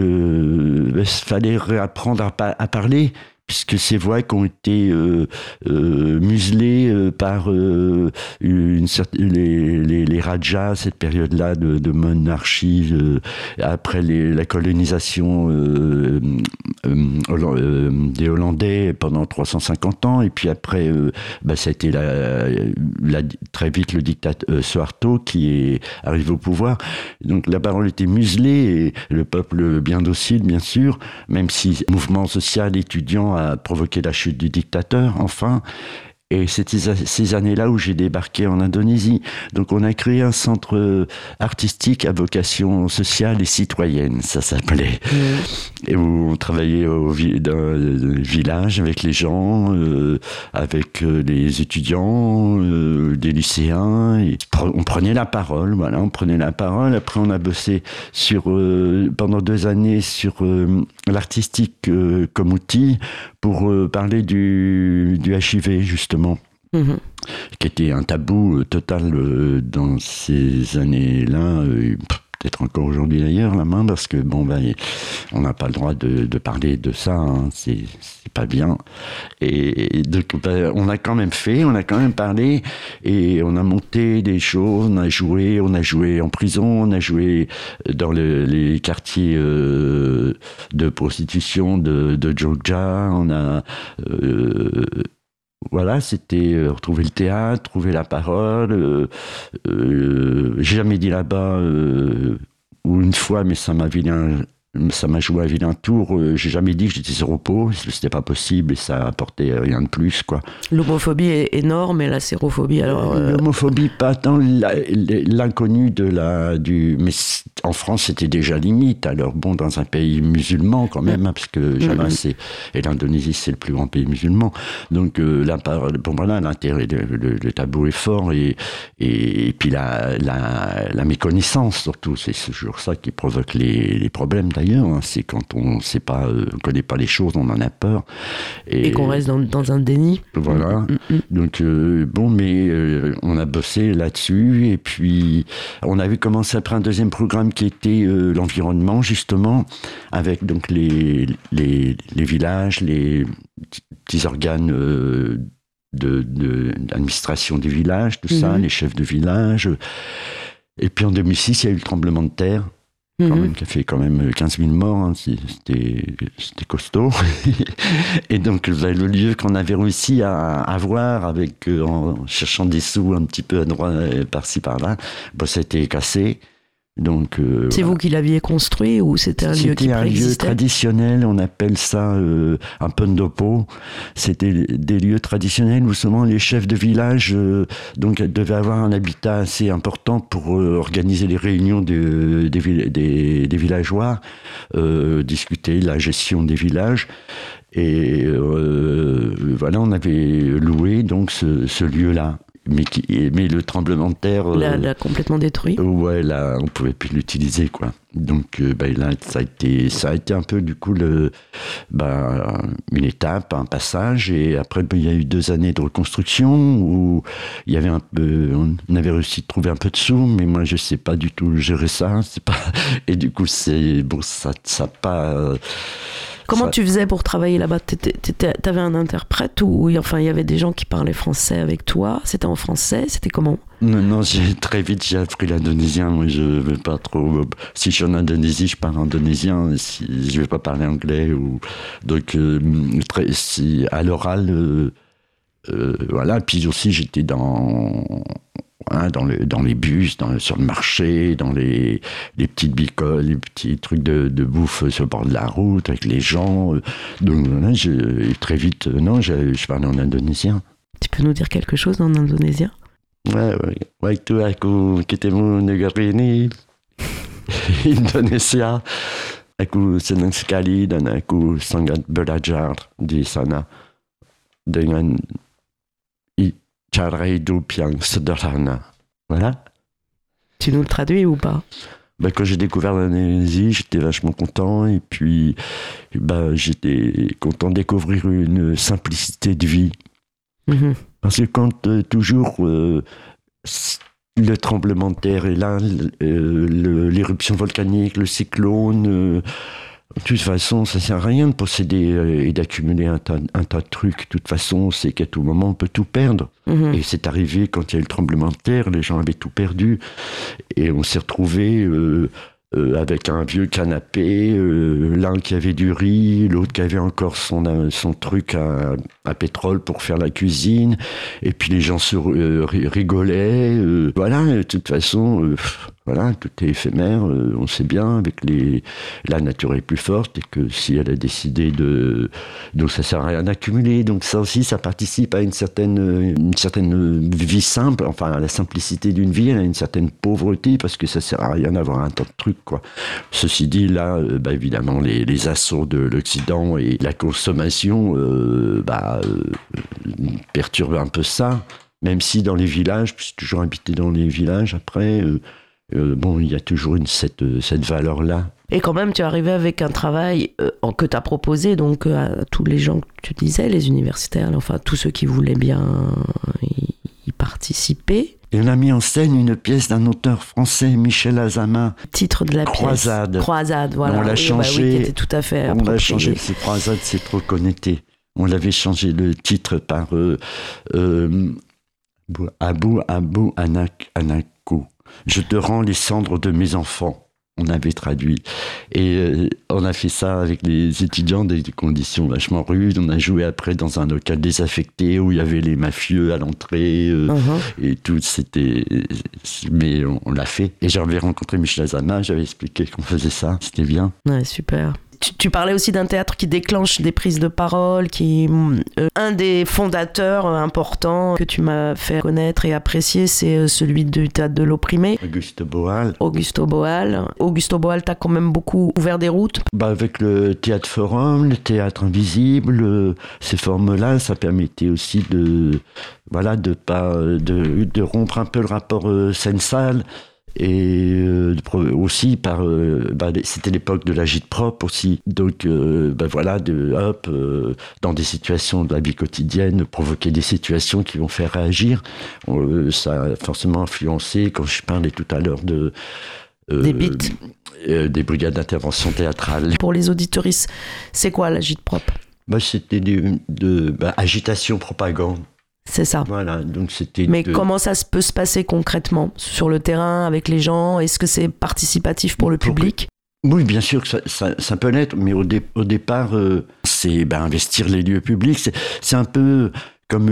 le, il fallait réapprendre à, à parler, puisque ces voix qui ont été euh, euh, muselées euh, par euh, une certaine, les, les, les rajas, cette période-là de, de monarchie, euh, après les, la colonisation euh, euh, euh, des Hollandais pendant trois cent cinquante ans, et puis après, euh, bah, ça a été la, la, très vite le dictateur euh, Suharto qui est arrivé au pouvoir. Donc la parole était muselée, et le peuple bien docile, bien sûr, même si le mouvement social étudiant a provoqué la chute du dictateur, enfin. Et c'était ces années-là où j'ai débarqué en Indonésie. Donc on a créé un centre artistique à vocation sociale et citoyenne, ça s'appelait. Mmh. Et où on travaillait au vi- dans le village avec les gens, euh, avec euh, les étudiants, euh, des lycéens. Et on prenait la parole, voilà, on prenait la parole. Après on a bossé sur, euh, pendant deux années sur euh, l'artistique euh, comme outil pour euh, parler du, du H I V, justement. Mmh. Qui était un tabou euh, total euh, dans ces années-là, euh, peut-être encore aujourd'hui d'ailleurs, la main, parce que bon, ben, on n'a pas le droit de, de parler de ça, hein, c'est, c'est pas bien. Et, et donc, ben, on a quand même fait, on a quand même parlé, et on a monté des choses, on a joué, on a joué en prison, on a joué dans le, les quartiers euh, de prostitution de, de Jogja, on a... Euh, Voilà, c'était euh, retrouver le théâtre, trouver la parole. Euh, euh, j'ai jamais dit là-bas, euh, ou une fois, mais ça m'a vilain, ça m'a joué un vilain tour. Euh, j'ai jamais dit que j'étais séropo, c'était pas possible et ça apportait rien de plus, quoi. L'homophobie est énorme, et la sérophobie, alors. Euh... L'homophobie, pas tant la, l'inconnu de la du, mais en France c'était déjà limite. Alors bon, dans un pays musulman quand même, hein, parce que Java, mm-hmm. c'est et l'Indonésie c'est le plus grand pays musulman. Donc euh, là, bon voilà, l'intérêt, le, le, le tabou est fort, et et, et puis la, la la méconnaissance surtout, c'est toujours ça qui provoque les, les problèmes. D'ailleurs, hein, c'est quand on sait pas, euh, on connaît pas les choses, on en a peur, et, et qu'on reste dans, dans un déni. Voilà. Mm-hmm. Donc euh, bon, mais euh, on a bossé là-dessus, et puis on avait commencé après un deuxième programme qui était euh, l'environnement, justement, avec donc les, les, les villages, les petits organes euh, de, de, d'administration des villages, tout mmh. ça, les chefs de village. Et puis en deux mille six, il y a eu le tremblement de terre. Quand même, qui a fait quand même quinze mille morts, hein, c'était, c'était costaud. Et donc le lieu qu'on avait réussi à avoir avec, euh, en cherchant des sous un petit peu à droite, par-ci par-là, bon, ça a été cassé. Donc, euh, c'est voilà. Vous qui l'aviez construit ou c'était un c'était lieu qui préexistait ? C'était un lieu traditionnel, on appelle ça euh, un pondopo. C'était des lieux traditionnels où souvent les chefs de village euh, donc, devaient avoir un habitat assez important pour euh, organiser les réunions de, des, des, des villageois, euh, discuter la gestion des villages. Et euh, voilà, on avait loué donc ce, ce lieu-là. Mais, qui, mais le tremblement de terre... L'a, l'a complètement détruit. Euh, ouais, là, on ne pouvait plus l'utiliser, quoi. Donc, euh, bah, là, ça a, été, ça a été un peu, du coup, le, bah, une étape, un passage. Et après, bah, il y a eu deux années de reconstruction où il y avait un peu, on avait réussi à trouver un peu de sous, mais moi, je ne sais pas du tout gérer ça. C'est pas, et du coup, c'est, bon, ça n'a pas... Euh, Comment ça... tu faisais pour travailler là-bas ? T'avais un interprète ou enfin il y avait des gens qui parlaient français avec toi ? C'était en français ? C'était comment ? Non, non, j'ai, très vite j'ai appris l'indonésien. Moi, je ne veux pas trop. Si je suis en Indonésie, je parle indonésien. Si, je ne vais pas parler anglais. Ou... Donc, euh, très, si, à l'oral, euh, euh, voilà. Puis aussi, j'étais dans. Hein, dans, le, dans les bus, dans, sur le marché, dans les, les petites bicoles, les petits trucs de, de bouffe sur le bord de la route, avec les gens. Donc là, je, très vite, non, je, je parlais en indonésien. Tu peux nous dire quelque chose en indonésien ? Ouais, ouais. Waktu aku ketemu negara ini, Indonesia, aku senang sekali dan aku sangat belajar di sana dengan cara hidup yang sederhana. Voilà. Tu nous le traduis ou pas ? Bah, quand j'ai découvert l'Indonésie, j'étais vachement content. Et puis, bah, j'étais content de découvrir une simplicité de vie. Mmh. Parce que quand euh, toujours euh, le tremblement de terre est là, euh, le, l'éruption volcanique, le cyclone... Euh, de toute façon, ça ne sert à rien de posséder et d'accumuler un tas, un tas de trucs. De toute façon, c'est qu'à tout moment, on peut tout perdre. Mmh. Et c'est arrivé quand il y a eu le tremblement de terre, les gens avaient tout perdu. Et on s'est retrouvés euh, euh, avec un vieux canapé, euh, l'un qui avait du riz, l'autre qui avait encore son, son truc à, à pétrole pour faire la cuisine. Et puis les gens se euh, rigolaient. Euh, voilà, de toute façon... Euh, Voilà, tout est éphémère, euh, on sait bien, avec les... la nature est plus forte et que si elle a décidé de... Donc ça ne sert à rien d'accumuler, donc ça aussi, ça participe à une certaine, une certaine vie simple, enfin à la simplicité d'une vie, à une certaine pauvreté, parce que ça ne sert à rien d'avoir un tas de trucs, quoi. Ceci dit, là, euh, bah, évidemment, les, les assauts de l'Occident et la consommation euh, bah, euh, perturbent un peu ça, même si dans les villages, puis j'ai toujours habité dans les villages après... Euh, Euh, bon, il y a toujours une, cette, cette valeur-là. Et quand même, tu es arrivé avec un travail euh, que tu as proposé donc, euh, à tous les gens que tu disais, les universitaires, enfin tous ceux qui voulaient bien y, y participer. Et on a mis en scène une pièce d'un auteur français, Michel Azama. Titre de la Croisade. pièce. Croisade, voilà. On l'a oui, changé. Bah oui, qui était tout à fait on approprié. l'a changé, c'est Croisade, c'est trop connecté. On l'avait changé le titre par euh, euh, Abou Abou Anak Anakou. Je te rends les cendres de mes enfants. On avait traduit. Et euh, on a fait ça avec les étudiants, des conditions vachement rudes. On a joué après dans un local désaffecté où il y avait les mafieux à l'entrée euh, uh-huh. et tout. C'était... Mais on, on l'a fait. Et j'avais rencontré Michel Azama, j'avais expliqué qu'on faisait ça. C'était bien. Ouais, super. Tu, tu parlais aussi d'un théâtre qui déclenche des prises de parole, qui euh, un des fondateurs importants que tu m'as fait connaître et apprécier, c'est celui du théâtre de l'opprimé. Augusto Boal. Augusto Boal. Augusto Boal, t'as quand même beaucoup ouvert des routes. Bah avec le théâtre forum, le théâtre invisible, euh, ces formes-là, ça permettait aussi de, voilà, de pas, de, de rompre un peu le rapport euh, scène-salle. Et euh, aussi par euh, bah, c'était l'époque de l'agite-prop aussi, donc euh, bah, voilà, de hop euh, dans des situations de la vie quotidienne, provoquer des situations qui vont faire réagir. Euh, ça a forcément influencé, quand je parlais tout à l'heure de Euh, des beats. Euh, des brigades d'intervention théâtrale. Pour les auditoristes, c'est quoi l'agite-prop ? Bah, c'était de, de bah, agitation, propagande. C'est ça. Voilà, donc c'était. Mais de... comment ça peut se passer concrètement sur le terrain avec les gens ? Est-ce que c'est participatif pour le pour... public ? Oui, bien sûr que ça, ça, ça peut l'être, mais au, dé, au départ, euh, c'est bah, investir les lieux publics. C'est, c'est un peu comme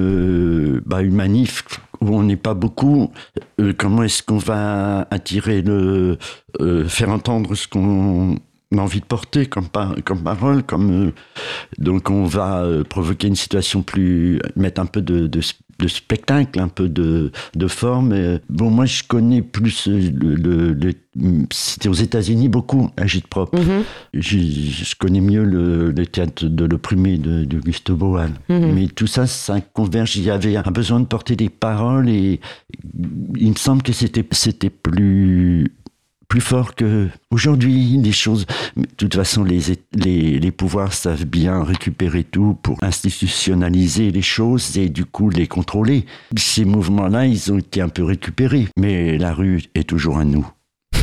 une, bah, une manif où on n'est pas beaucoup. Euh, comment est-ce qu'on va attirer le, euh, faire entendre ce qu'on a envie de porter comme, par, comme parole, comme euh, donc on va euh, provoquer une situation plus, mettre un peu de, de, de spectacle, un peu de, de forme. Et, bon, moi je connais plus le, le, le c'était aux États-Unis beaucoup agite-prop. Mm-hmm. Je, je connais mieux le, le théâtre de l'opprimé de, de Gustave Boal. Mm-hmm. Mais tout ça, ça converge. Il y avait un besoin de porter des paroles et il me semble que c'était, c'était plus plus fort qu'aujourd'hui, les choses. De toute façon, les, les, les pouvoirs savent bien récupérer tout pour institutionnaliser les choses et du coup les contrôler. Ces mouvements-là, ils ont été un peu récupérés. Mais la rue est toujours à nous.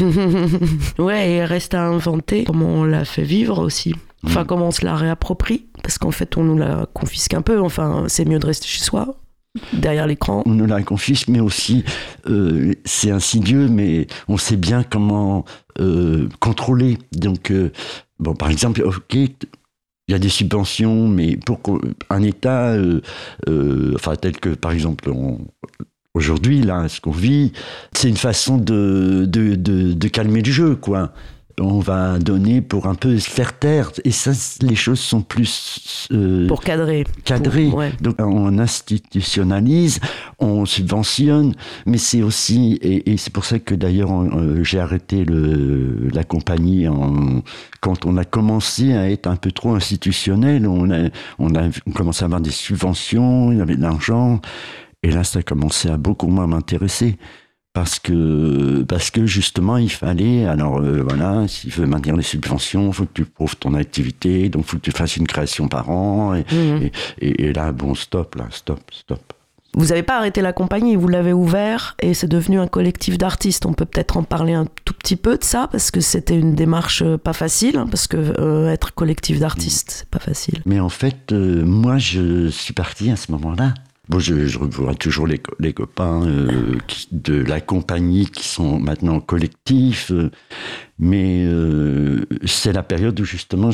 Ouais, et il reste à inventer comment on l'a fait vivre aussi. Enfin, mmh. comment on se la réapproprie. Parce qu'en fait, on nous la confisque un peu. Enfin, c'est mieux de rester chez soi. Derrière l'écran. On nous la confisque, mais aussi, euh, c'est insidieux, mais on sait bien comment euh, contrôler. Donc, euh, bon, par exemple, ok, il y a des subventions, mais pour un État, euh, euh, enfin, tel que, par exemple, on, aujourd'hui, là, ce qu'on vit, c'est une façon de, de, de, de calmer le jeu, quoi. On va donner pour un peu se faire taire. Et ça, les choses sont plus... Euh, pour cadrer. Cadrer. Pour, ouais. Donc, on institutionnalise, on subventionne, mais c'est aussi... Et, et c'est pour ça que, d'ailleurs, euh, j'ai arrêté le, la compagnie en, quand on a commencé à être un peu trop institutionnel. On a, on a on commencé à avoir des subventions, il y avait de l'argent. Et là, ça a commencé à beaucoup moins m'intéresser. Parce que, parce que justement, il fallait, alors euh, voilà, s'il veut maintenir les subventions, il faut que tu prouves ton activité, donc il faut que tu fasses une création par an, et, mmh. et, et, et là, bon, stop, là, stop, stop. Vous n'avez pas arrêté la compagnie, vous l'avez ouvert, et c'est devenu un collectif d'artistes. On peut peut-être en parler un tout petit peu de ça, parce que c'était une démarche pas facile, hein, parce que euh, être collectif d'artistes, mmh. c'est pas facile. Mais en fait, euh, moi, je suis parti à ce moment-là. Bon, je, je revois toujours les, les copains euh, qui, de la compagnie qui sont maintenant collectifs, euh, mais euh, c'est la période où justement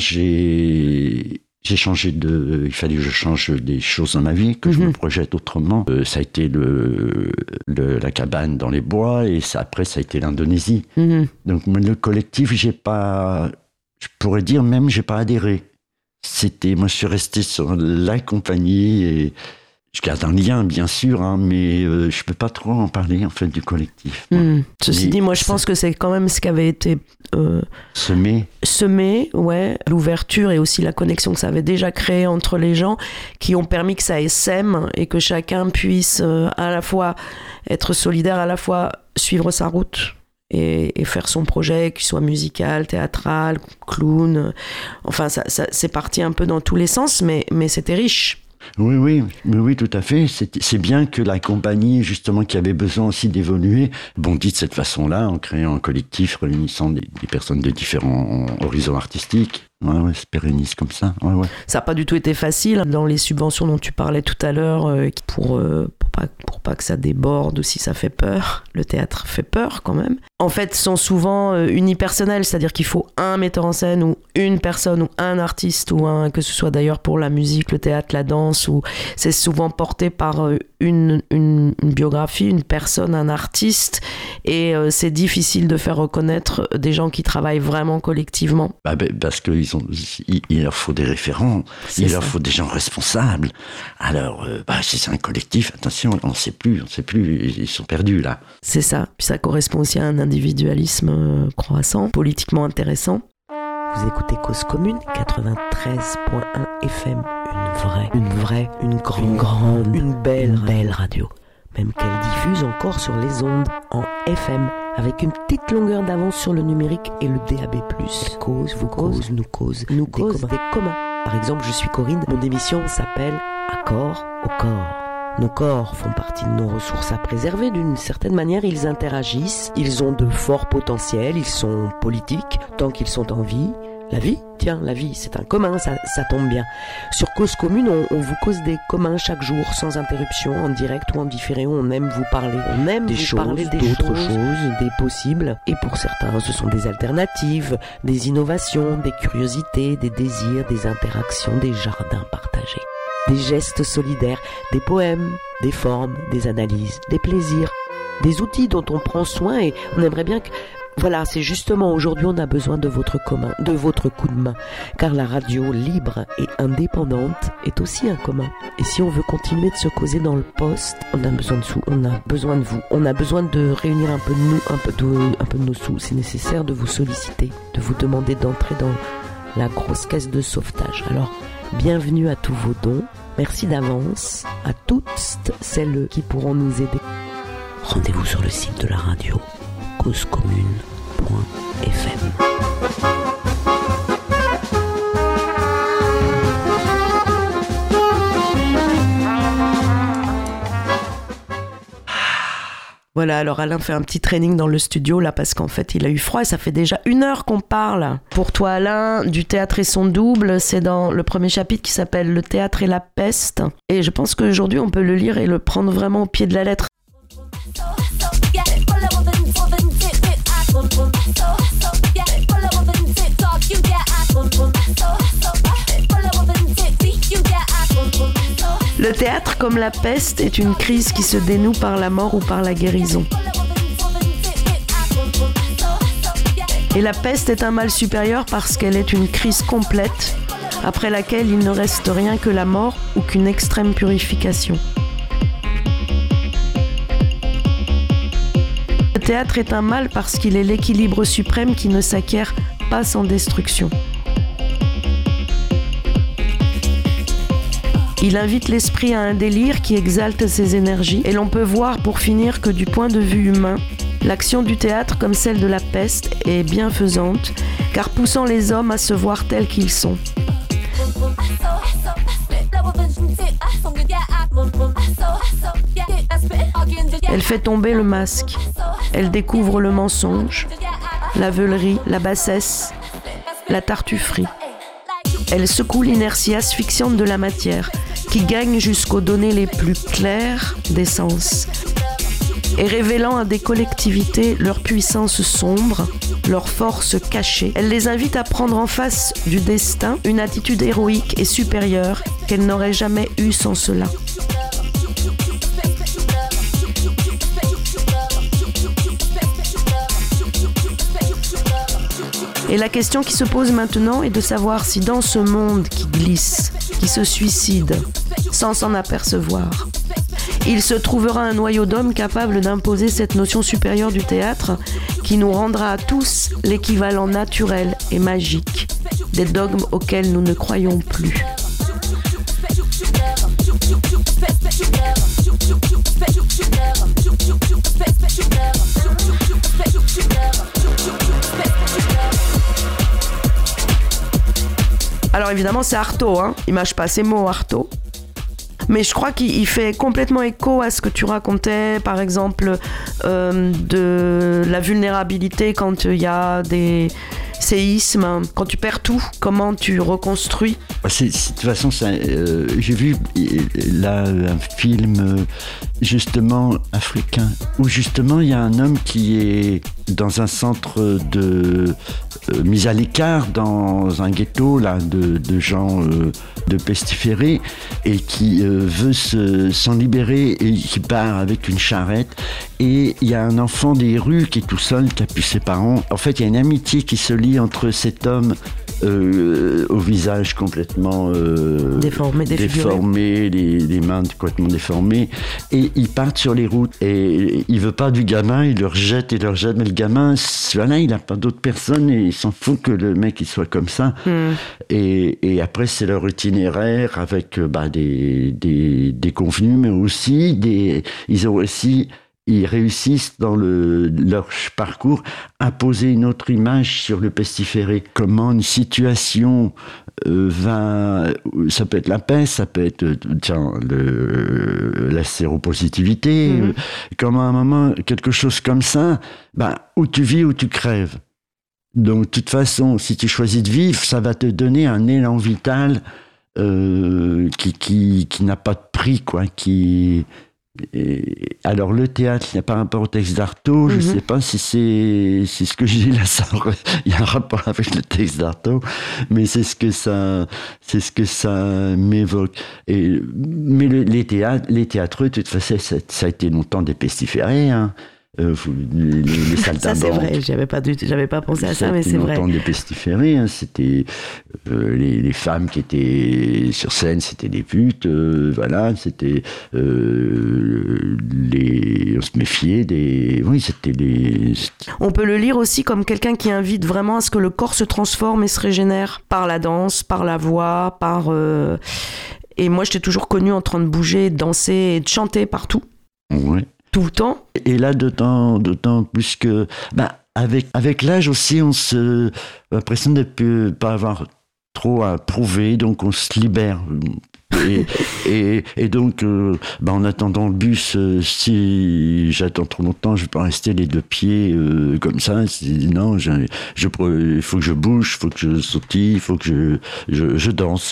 j'ai, j'ai changé de... Il fallait que je change des choses dans ma vie, que mm-hmm. je me projette autrement. Euh, ça a été le, le, la cabane dans les bois et ça, après ça a été l'Indonésie. Mm-hmm. Donc le collectif, j'ai pas... Je pourrais dire même, j'ai pas adhéré. C'était... Moi, je suis resté sur la compagnie et... Je garde un lien, bien sûr, hein, mais euh, je ne peux pas trop en parler, en fait, du collectif. Mmh. Ceci mais dit, moi, je pense que c'est quand même ce qui avait été... Euh, semé. Semé, ouais. L'ouverture et aussi la connexion que ça avait déjà créée entre les gens qui ont permis que ça essaime et que chacun puisse euh, à la fois être solidaire, à la fois suivre sa route et, et faire son projet, qu'il soit musical, théâtral, clown. Enfin, ça, ça, c'est parti un peu dans tous les sens, mais, mais c'était riche. Oui, oui, oui, oui, tout à fait. C'est, c'est bien que la compagnie, justement, qui avait besoin aussi d'évoluer, bondit de cette façon-là, en créant un collectif réunissant des, des personnes de différents horizons artistiques. Ouais, ouais, se pérennise comme ça. Ouais, ouais. Ça n'a pas du tout été facile. Dans les subventions dont tu parlais tout à l'heure, euh, pour, euh, pour, pas, pour pas que ça déborde aussi, ça fait peur. Le théâtre fait peur quand même. En fait, sont souvent euh, unipersonnels, c'est-à-dire qu'il faut un metteur en scène ou une personne ou un artiste, ou un, que ce soit d'ailleurs pour la musique, le théâtre, la danse, ou c'est souvent porté par euh, une, une, une biographie, une personne, un artiste, et euh, c'est difficile de faire reconnaître des gens qui travaillent vraiment collectivement. Bah, bah, parce que Ils ont, il, il leur faut des référents, c'est il ça. leur faut des gens responsables. Alors, euh, bah, si c'est un collectif, attention, on ne sait plus, on ne sait plus, ils sont perdus là. C'est ça. Puis ça correspond aussi à un individualisme euh, croissant, politiquement intéressant. Vous écoutez Cause Commune, quatre-vingt-treize point un F M, une vraie, une vraie, une grande, une, grande, une belle, une belle radio. Même qu'elle diffuse encore sur les ondes en F M, avec une petite longueur d'avance sur le numérique et le D A B plus. Cause, vous cause, nous cause, nous cause des communs. Par exemple, je suis Corinne, mon émission s'appelle Accord au corps. Nos corps font partie de nos ressources à préserver. D'une certaine manière, ils interagissent, ils ont de forts potentiels, ils sont politiques tant qu'ils sont en vie. La vie, tiens, la vie, c'est un commun, ça, ça tombe bien. Sur Cause Commune, on, on vous cause des communs chaque jour, sans interruption, en direct ou en différé. On aime vous parler, on aime des vous choses, parler des d'autres choses, choses, des possibles. Et pour certains, ce sont des alternatives, des innovations, des curiosités, des désirs, des interactions, des jardins partagés. Des gestes solidaires, des poèmes, des formes, des analyses, des plaisirs, des outils dont on prend soin et on aimerait bien que... Voilà, c'est justement aujourd'hui on a besoin de votre commun, de votre coup de main, car la radio libre et indépendante est aussi un commun. Et si on veut continuer de se causer dans le poste, on a besoin de sous, on a besoin de vous, on a besoin de réunir un peu de nous, un peu de, un peu de nos sous. C'est nécessaire de vous solliciter, de vous demander d'entrer dans la grosse caisse de sauvetage. Alors, bienvenue à tous vos dons. Merci d'avance à toutes celles qui pourront nous aider. Rendez-vous sur le site de la radio. cause commune point f m. Voilà, alors Alain fait un petit training dans le studio là parce qu'en fait il a eu froid et ça fait déjà une heure qu'on parle. Pour toi Alain, du théâtre et son double, c'est dans le premier chapitre qui s'appelle Le théâtre et la peste. Et je pense qu'aujourd'hui on peut le lire et le prendre vraiment au pied de la lettre. Le théâtre, comme la peste, est une crise qui se dénoue par la mort ou par la guérison. Et la peste est un mal supérieur parce qu'elle est une crise complète, après laquelle il ne reste rien que la mort ou qu'une extrême purification. Le théâtre est un mal parce qu'il est l'équilibre suprême qui ne s'acquiert pas sans destruction. Il invite l'esprit à un délire qui exalte ses énergies et l'on peut voir pour finir que du point de vue humain, l'action du théâtre comme celle de la peste est bienfaisante car poussant les hommes à se voir tels qu'ils sont. Elle fait tomber le masque, elle découvre le mensonge, la veulerie, la bassesse, la tartufferie. Elle secoue l'inertie asphyxiante de la matière, qui gagne jusqu'aux données les plus claires des sens, et révélant à des collectivités leur puissance sombre, leur force cachée. Elle les invite à prendre en face du destin une attitude héroïque et supérieure qu'elles n'auraient jamais eue sans cela. Et la question qui se pose maintenant est de savoir si dans ce monde qui glisse, qui se suicide, sans s'en apercevoir, il se trouvera un noyau d'hommes capable d'imposer cette notion supérieure du théâtre qui nous rendra à tous l'équivalent naturel et magique des dogmes auxquels nous ne croyons plus. Alors évidemment c'est Artaud, hein. Il mâche pas ses mots Artaud. Mais je crois qu'il fait complètement écho à ce que tu racontais, par exemple, euh, de la vulnérabilité quand il y a des séismes, quand tu perds tout, comment tu reconstruis. C'est, c'est, de toute façon, ça, euh, j'ai vu là un film euh, justement africain, où justement il y a un homme qui est dans un centre de euh, mise à l'écart, dans un ghetto là, de, de gens euh, de pestiférés, et qui euh, veut se, s'en libérer et qui part avec une charrette. Et il y a un enfant des rues qui est tout seul, qui a plus ses parents. En fait, il y a une amitié qui se lie entre cet homme euh, au visage complètement euh, déformé, déformé les, les mains complètement déformées, et ils partent sur les routes. Et il veut pas du gamin, il le rejette et le rejette, mais le gamin, voilà, il a pas d'autres personnes et il s'en fout que le mec il soit comme ça. Mm. Et, et après, c'est leur itinéraire avec bah, des, des, des convenus, mais aussi des, ils ont aussi ils réussissent dans le, leur parcours à poser une autre image sur le pestiféré. Comment une situation euh, va... Ça peut être la peste, ça peut être tiens, le, la séropositivité. Mmh. Comment à un moment, quelque chose comme ça, ben, où tu vis, où tu crèves. Donc, de toute façon, si tu choisis de vivre, ça va te donner un élan vital euh, qui, qui, qui n'a pas de prix, quoi, qui... Et alors le théâtre, il n'y a pas un rapport au texte d'Artaud, je ne mm-hmm. sais pas si c'est, c'est ce que je dis là, ça, il y a un rapport avec le texte d'Artaud, mais c'est ce que ça, c'est ce que ça m'évoque. Et, mais le, les, théâtres, les théâtreux, de toute façon, ça, ça a été longtemps des pestiférés, hein. Euh, les, les saltimbanques. Ça c'est vrai, j'avais pas, du, j'avais pas pensé à ça, ça mais c'est vrai. Longtemps des pestiférés, hein, c'était euh, les, les femmes qui étaient sur scène, c'était des putes, euh, voilà, c'était euh, les, on se méfiait des, oui, c'était les. On peut le lire aussi comme quelqu'un qui invite vraiment à ce que le corps se transforme et se régénère par la danse, par la voix, par. Euh... Et moi, je t'ai toujours connu en train de bouger, de danser et de chanter partout. Ouais. Tout le temps. Et là, d'autant, d'autant plus que, bah, avec, avec l'âge aussi, on se, a l'impression de ne pas avoir trop à prouver, donc on se libère. Et, et, et donc, euh, bah, en attendant le bus, euh, si j'attends trop longtemps, je ne vais pas rester les deux pieds euh, comme ça. Non, il faut que je bouge, il faut que je sautille, il faut que je, je, je danse.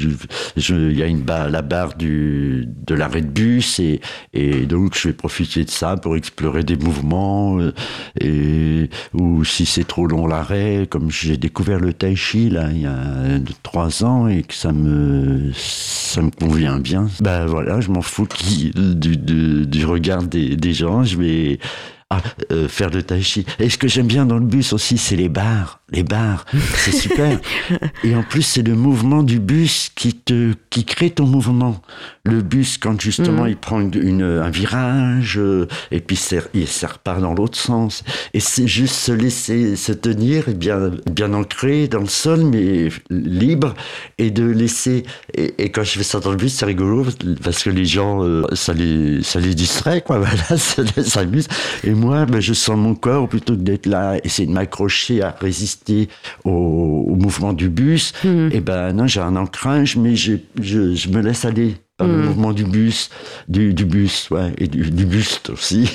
Il y a une barre, la barre du, de l'arrêt de bus, et, et donc je vais profiter de ça pour explorer des mouvements. Euh, et, ou si c'est trop long l'arrêt, comme j'ai découvert le tai chi là, il y a trois ans et que ça me... ça me convient bien. Ben voilà, je m'en fous qui, du, du, du regard des, des gens. Je vais ah, euh, faire le tai chi. Et ce que j'aime bien dans le bus aussi, c'est les bars. Les bars, c'est super. Et en plus, c'est le mouvement du bus qui te, qui crée ton mouvement. Le bus, quand justement mmh. il prend une, une, un virage, euh, et puis il ça repart dans l'autre sens. Et c'est juste se laisser se tenir, bien, bien ancré dans le sol, mais libre, et de laisser. Et, et quand je fais ça dans le bus, c'est rigolo, parce que les gens, euh, ça les, ça les distrait, quoi. Voilà, ça les s'amuse. Et moi, ben, je sens mon corps, plutôt que d'être là, essayer de m'accrocher à résister Au, au mouvement du bus, mmh. et ben non, j'ai un ancrage, mais je, je, je me laisse aller par mmh. le mouvement du bus, du, du bus, ouais, et du, du buste aussi.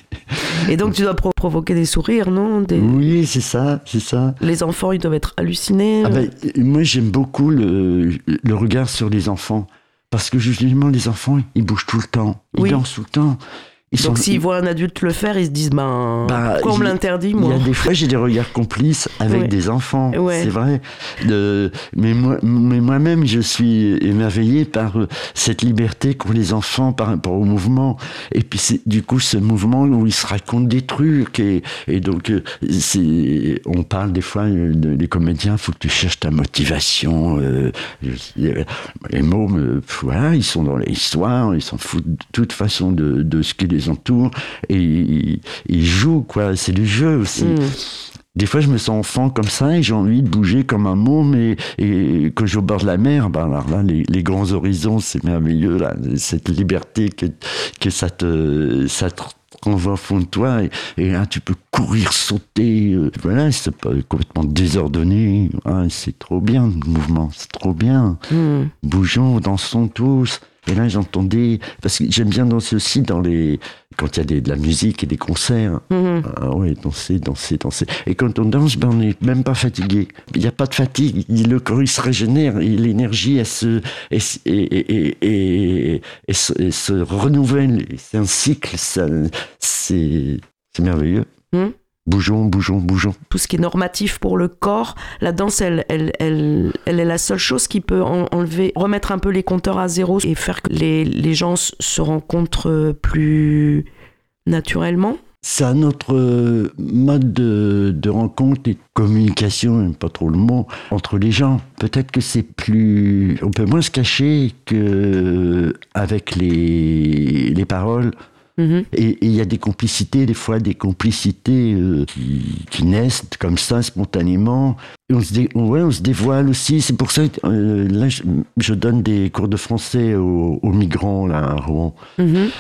Et donc tu dois pro- provoquer des sourires, non? Des... Oui, c'est ça, c'est ça. Les enfants, ils doivent être hallucinés. Ah ben, moi, j'aime beaucoup le, le regard sur les enfants, parce que justement, les enfants, ils bougent tout le temps, ils oui. dansent tout le temps. Ils Donc sont... s'ils voient un adulte le faire, ils se disent ben, bah, pourquoi on me l'interdit, moi? Il y a des fois, j'ai des regards complices avec ouais. des enfants, ouais. c'est vrai. De... Mais, moi, mais moi-même, je suis émerveillé par cette liberté qu'ont les enfants par rapport au mouvement. Et puis, c'est du coup, ce mouvement où ils se racontent des trucs. Et, et donc, c'est... on parle des fois, de, les comédiens, il faut que tu cherches ta motivation. Euh, les mots, voilà, ils sont dans l'histoire, ils s'en foutent de toute façon de, de ce qui les entoure, et ils, ils jouent, quoi. C'est du jeu aussi. Mmh. Des fois, je me sens enfant comme ça et j'ai envie de bouger comme un môme, et, et quand je suis au bord de la mer, ben alors là, les, les grands horizons, c'est merveilleux, là, cette liberté que, que ça te, ça te renvoie au fond de toi, et, et là, tu peux courir, sauter, euh, voilà, c'est pas complètement désordonné, ah, c'est trop bien, le mouvement, c'est trop bien. Mmh. Bougeons, dansons tous. Et là, j'entendais, parce que j'aime bien danser aussi dans les, quand il y a des, de la musique et des concerts. Mmh. Ah ouais, danser, danser, danser. Et quand on danse, ben, on n'est même pas fatigué. Il n'y a pas de fatigue. Le corps, il se régénère, et l'énergie, elle se, et, et, et, et, et, se, et se renouvelle. C'est un cycle, ça, c'est, c'est merveilleux. Mmh. Bougeons, bougeons, bougeons. Tout ce qui est normatif pour le corps, la danse, elle, elle, elle, elle est la seule chose qui peut enlever, remettre un peu les compteurs à zéro et faire que les, les gens se rencontrent plus naturellement. C'est un autre mode de, de rencontre et de communication, j'aime pas trop le mot, entre les gens. Peut-être que c'est plus... On peut moins se cacher qu'avec les, les paroles. Mmh. Et il y a des complicités, des fois des complicités euh, qui, qui naissent comme ça spontanément. Et on, se dé, ouais, on se dévoile aussi. C'est pour ça que euh, là, je, je donne des cours de français aux, aux migrants là, à Rouen. Mmh.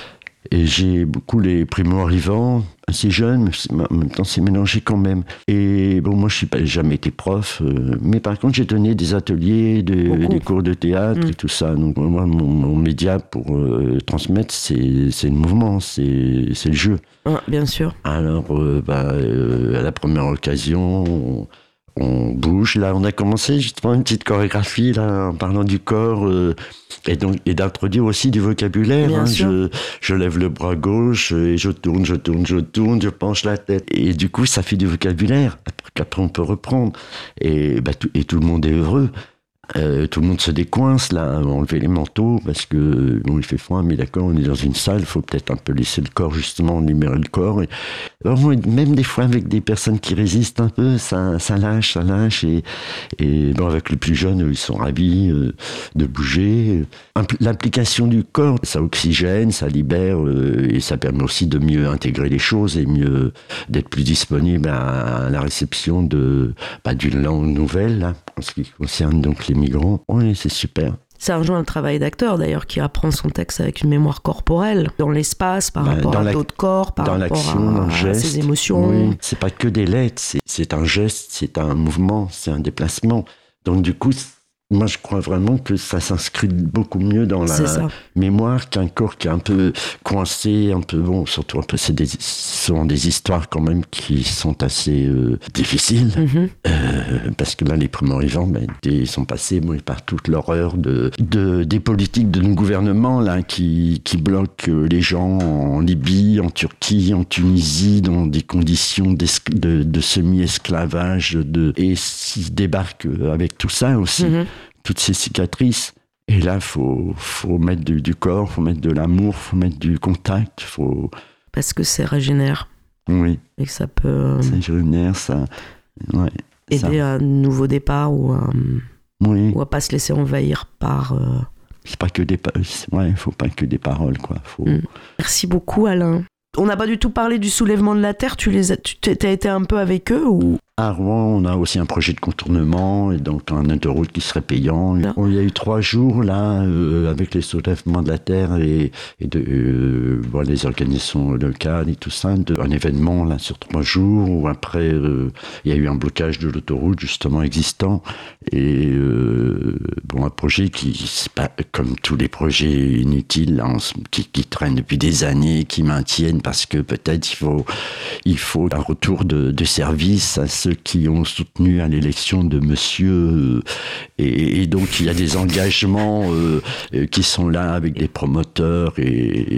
Et j'ai beaucoup les primo-arrivants, assez jeunes, mais en même temps c'est mélangé quand même. Et bon, moi je n'ai pas jamais été prof, euh, mais par contre j'ai donné des ateliers, de, des cours de théâtre mmh. et tout ça. Donc moi mon, mon média pour euh, transmettre, c'est, c'est le mouvement, c'est, c'est le jeu. Ah, bien sûr. Alors euh, bah, euh, à la première occasion... On, on bouge. Là, on a commencé justement une petite chorégraphie là, en parlant du corps euh, et, donc, et d'introduire aussi du vocabulaire. Hein. Je, je lève le bras gauche et je tourne, je tourne, je tourne, je penche la tête. Et du coup, ça fait du vocabulaire qu'après on peut reprendre. Et, bah, tout, et tout le monde est heureux. Euh, tout le monde se décoince là, enlever les manteaux parce que bon, il fait froid, mais d'accord, on est dans une salle, il faut peut-être un peu laisser le corps justement, libérer le corps. Et, alors, même des fois avec des personnes qui résistent un peu, ça, ça lâche, ça lâche. Et, et bon, avec les plus jeunes, ils sont ravis euh, de bouger. L'implication du corps, ça oxygène, ça libère euh, et ça permet aussi de mieux intégrer les choses et mieux d'être plus disponible à, à la réception de bah, d'une langue nouvelle là, en ce qui concerne donc les migrants. Oui, c'est super. Ça rejoint le travail d'acteur d'ailleurs qui apprend son texte avec une mémoire corporelle dans l'espace par bah, rapport à la, d'autres corps, par dans rapport l'action, à, dans le geste, à ses émotions. Oui. C'est pas que des lettres, c'est, c'est un geste, c'est un mouvement, c'est un déplacement. Donc du coup, moi je crois vraiment que ça s'inscrit beaucoup mieux dans la mémoire qu'un corps qui est un peu coincé, un peu bon, surtout un peu c'est des, souvent des histoires quand même qui sont assez euh, difficiles mm-hmm. euh, parce que là les primo-arrivants ben, ils sont passés bon, par toute l'horreur de, de des politiques de nos gouvernements là qui qui bloquent les gens en Libye, en Turquie, en Tunisie dans des conditions de, de semi-esclavage de et s'ils débarquent avec tout ça aussi. Mm-hmm. Toutes ces cicatrices. Et là, il faut, faut mettre du, du corps, il faut mettre de l'amour, il faut mettre du contact. Faut... Parce que ça régénère. Oui. Et que ça peut... Euh, ça régénère, ça... Ouais, aider ça. À un nouveau départ ou à... Oui. Ou à pas se laisser envahir par... Euh... C'est pas que des... Ouais, il faut pas que des paroles, quoi. Faut... Mm. Merci beaucoup, Alain. On n'a pas du tout parlé du soulèvement de la Terre. Tu les as, tu t'as été un peu avec eux ou... À Rouen, on a aussi un projet de contournement et donc un autoroute qui serait payant. Bon, il y a eu trois jours là euh, avec les soulèvements de la terre et, et de, euh, bon, les organisations locales et tout ça, de, un événement là sur trois jours où après euh, il y a eu un blocage de l'autoroute justement existant et euh, bon un projet qui c'est pas comme tous les projets inutiles là, qui, qui traînent depuis des années, qui maintiennent parce que peut-être il faut il faut un retour de, de service à ceux qui ont soutenu à l'élection de monsieur euh, et, et donc il y a des engagements euh, qui sont là avec des promoteurs et,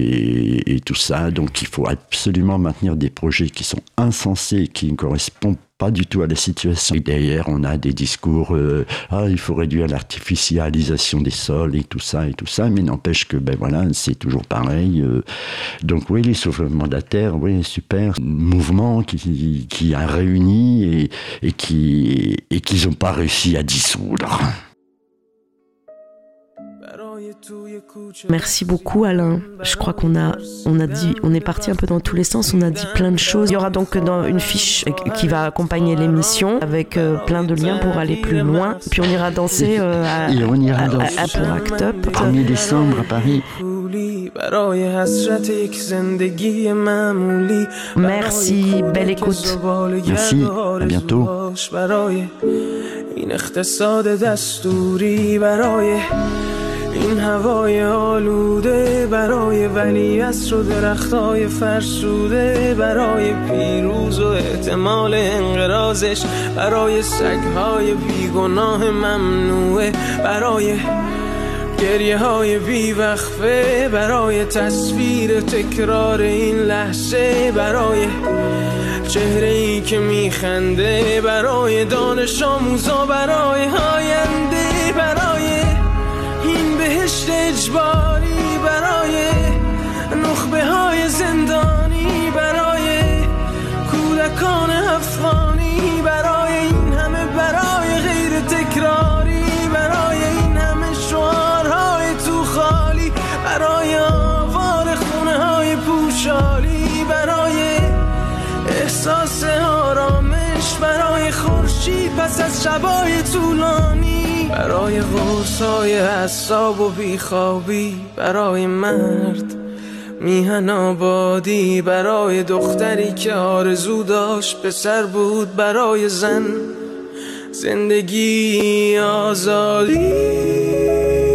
et, et tout ça, donc il faut absolument maintenir des projets qui sont insensés, qui ne correspondent pas du tout à la situation. Et derrière, on a des discours, euh, ah, il faut réduire l'artificialisation des sols et tout ça et tout ça, mais n'empêche que, ben voilà, c'est toujours pareil. Euh, donc oui, les soulèvements de la terre, oui, super. Mouvement qui, qui a réuni et, et qui, et qu'ils n'ont pas réussi à dissoudre. Merci beaucoup Alain. Je crois qu'on a, on a dit, on est parti un peu dans tous les sens, on a dit plein de choses. Il y aura donc dans une fiche qui va accompagner l'émission avec euh, plein de liens pour aller plus loin. Puis on ira danser euh, à, Et on ira à, danser à, à pour Act Up. premier décembre à Paris. Merci, belle écoute. Merci, à bientôt. این هوای آلوده برای ولیعصر و درختای فرسوده برای پیروز و احتمال انقراضش برای سگهای بیگناه ممنوعه برای گریه های بیوقفه برای تصویر تکرار این لحظه برای چهره ای که میخنده برای دانش آموزا برای آینده برای بهشت اجباری برای نخبه های زندانی برای کودکان افغانی برای این همه برای غیر تکراری برای این همه شعارهای تو خالی برای آوار خونه های پوشالی برای احساس آرامش برای خورشید پس از شبای طولانی برای قرصای حساب و بیخوابی برای مرد میهن آبادی برای دختری که آرزو داشت پسر بود برای زن زندگی آزادی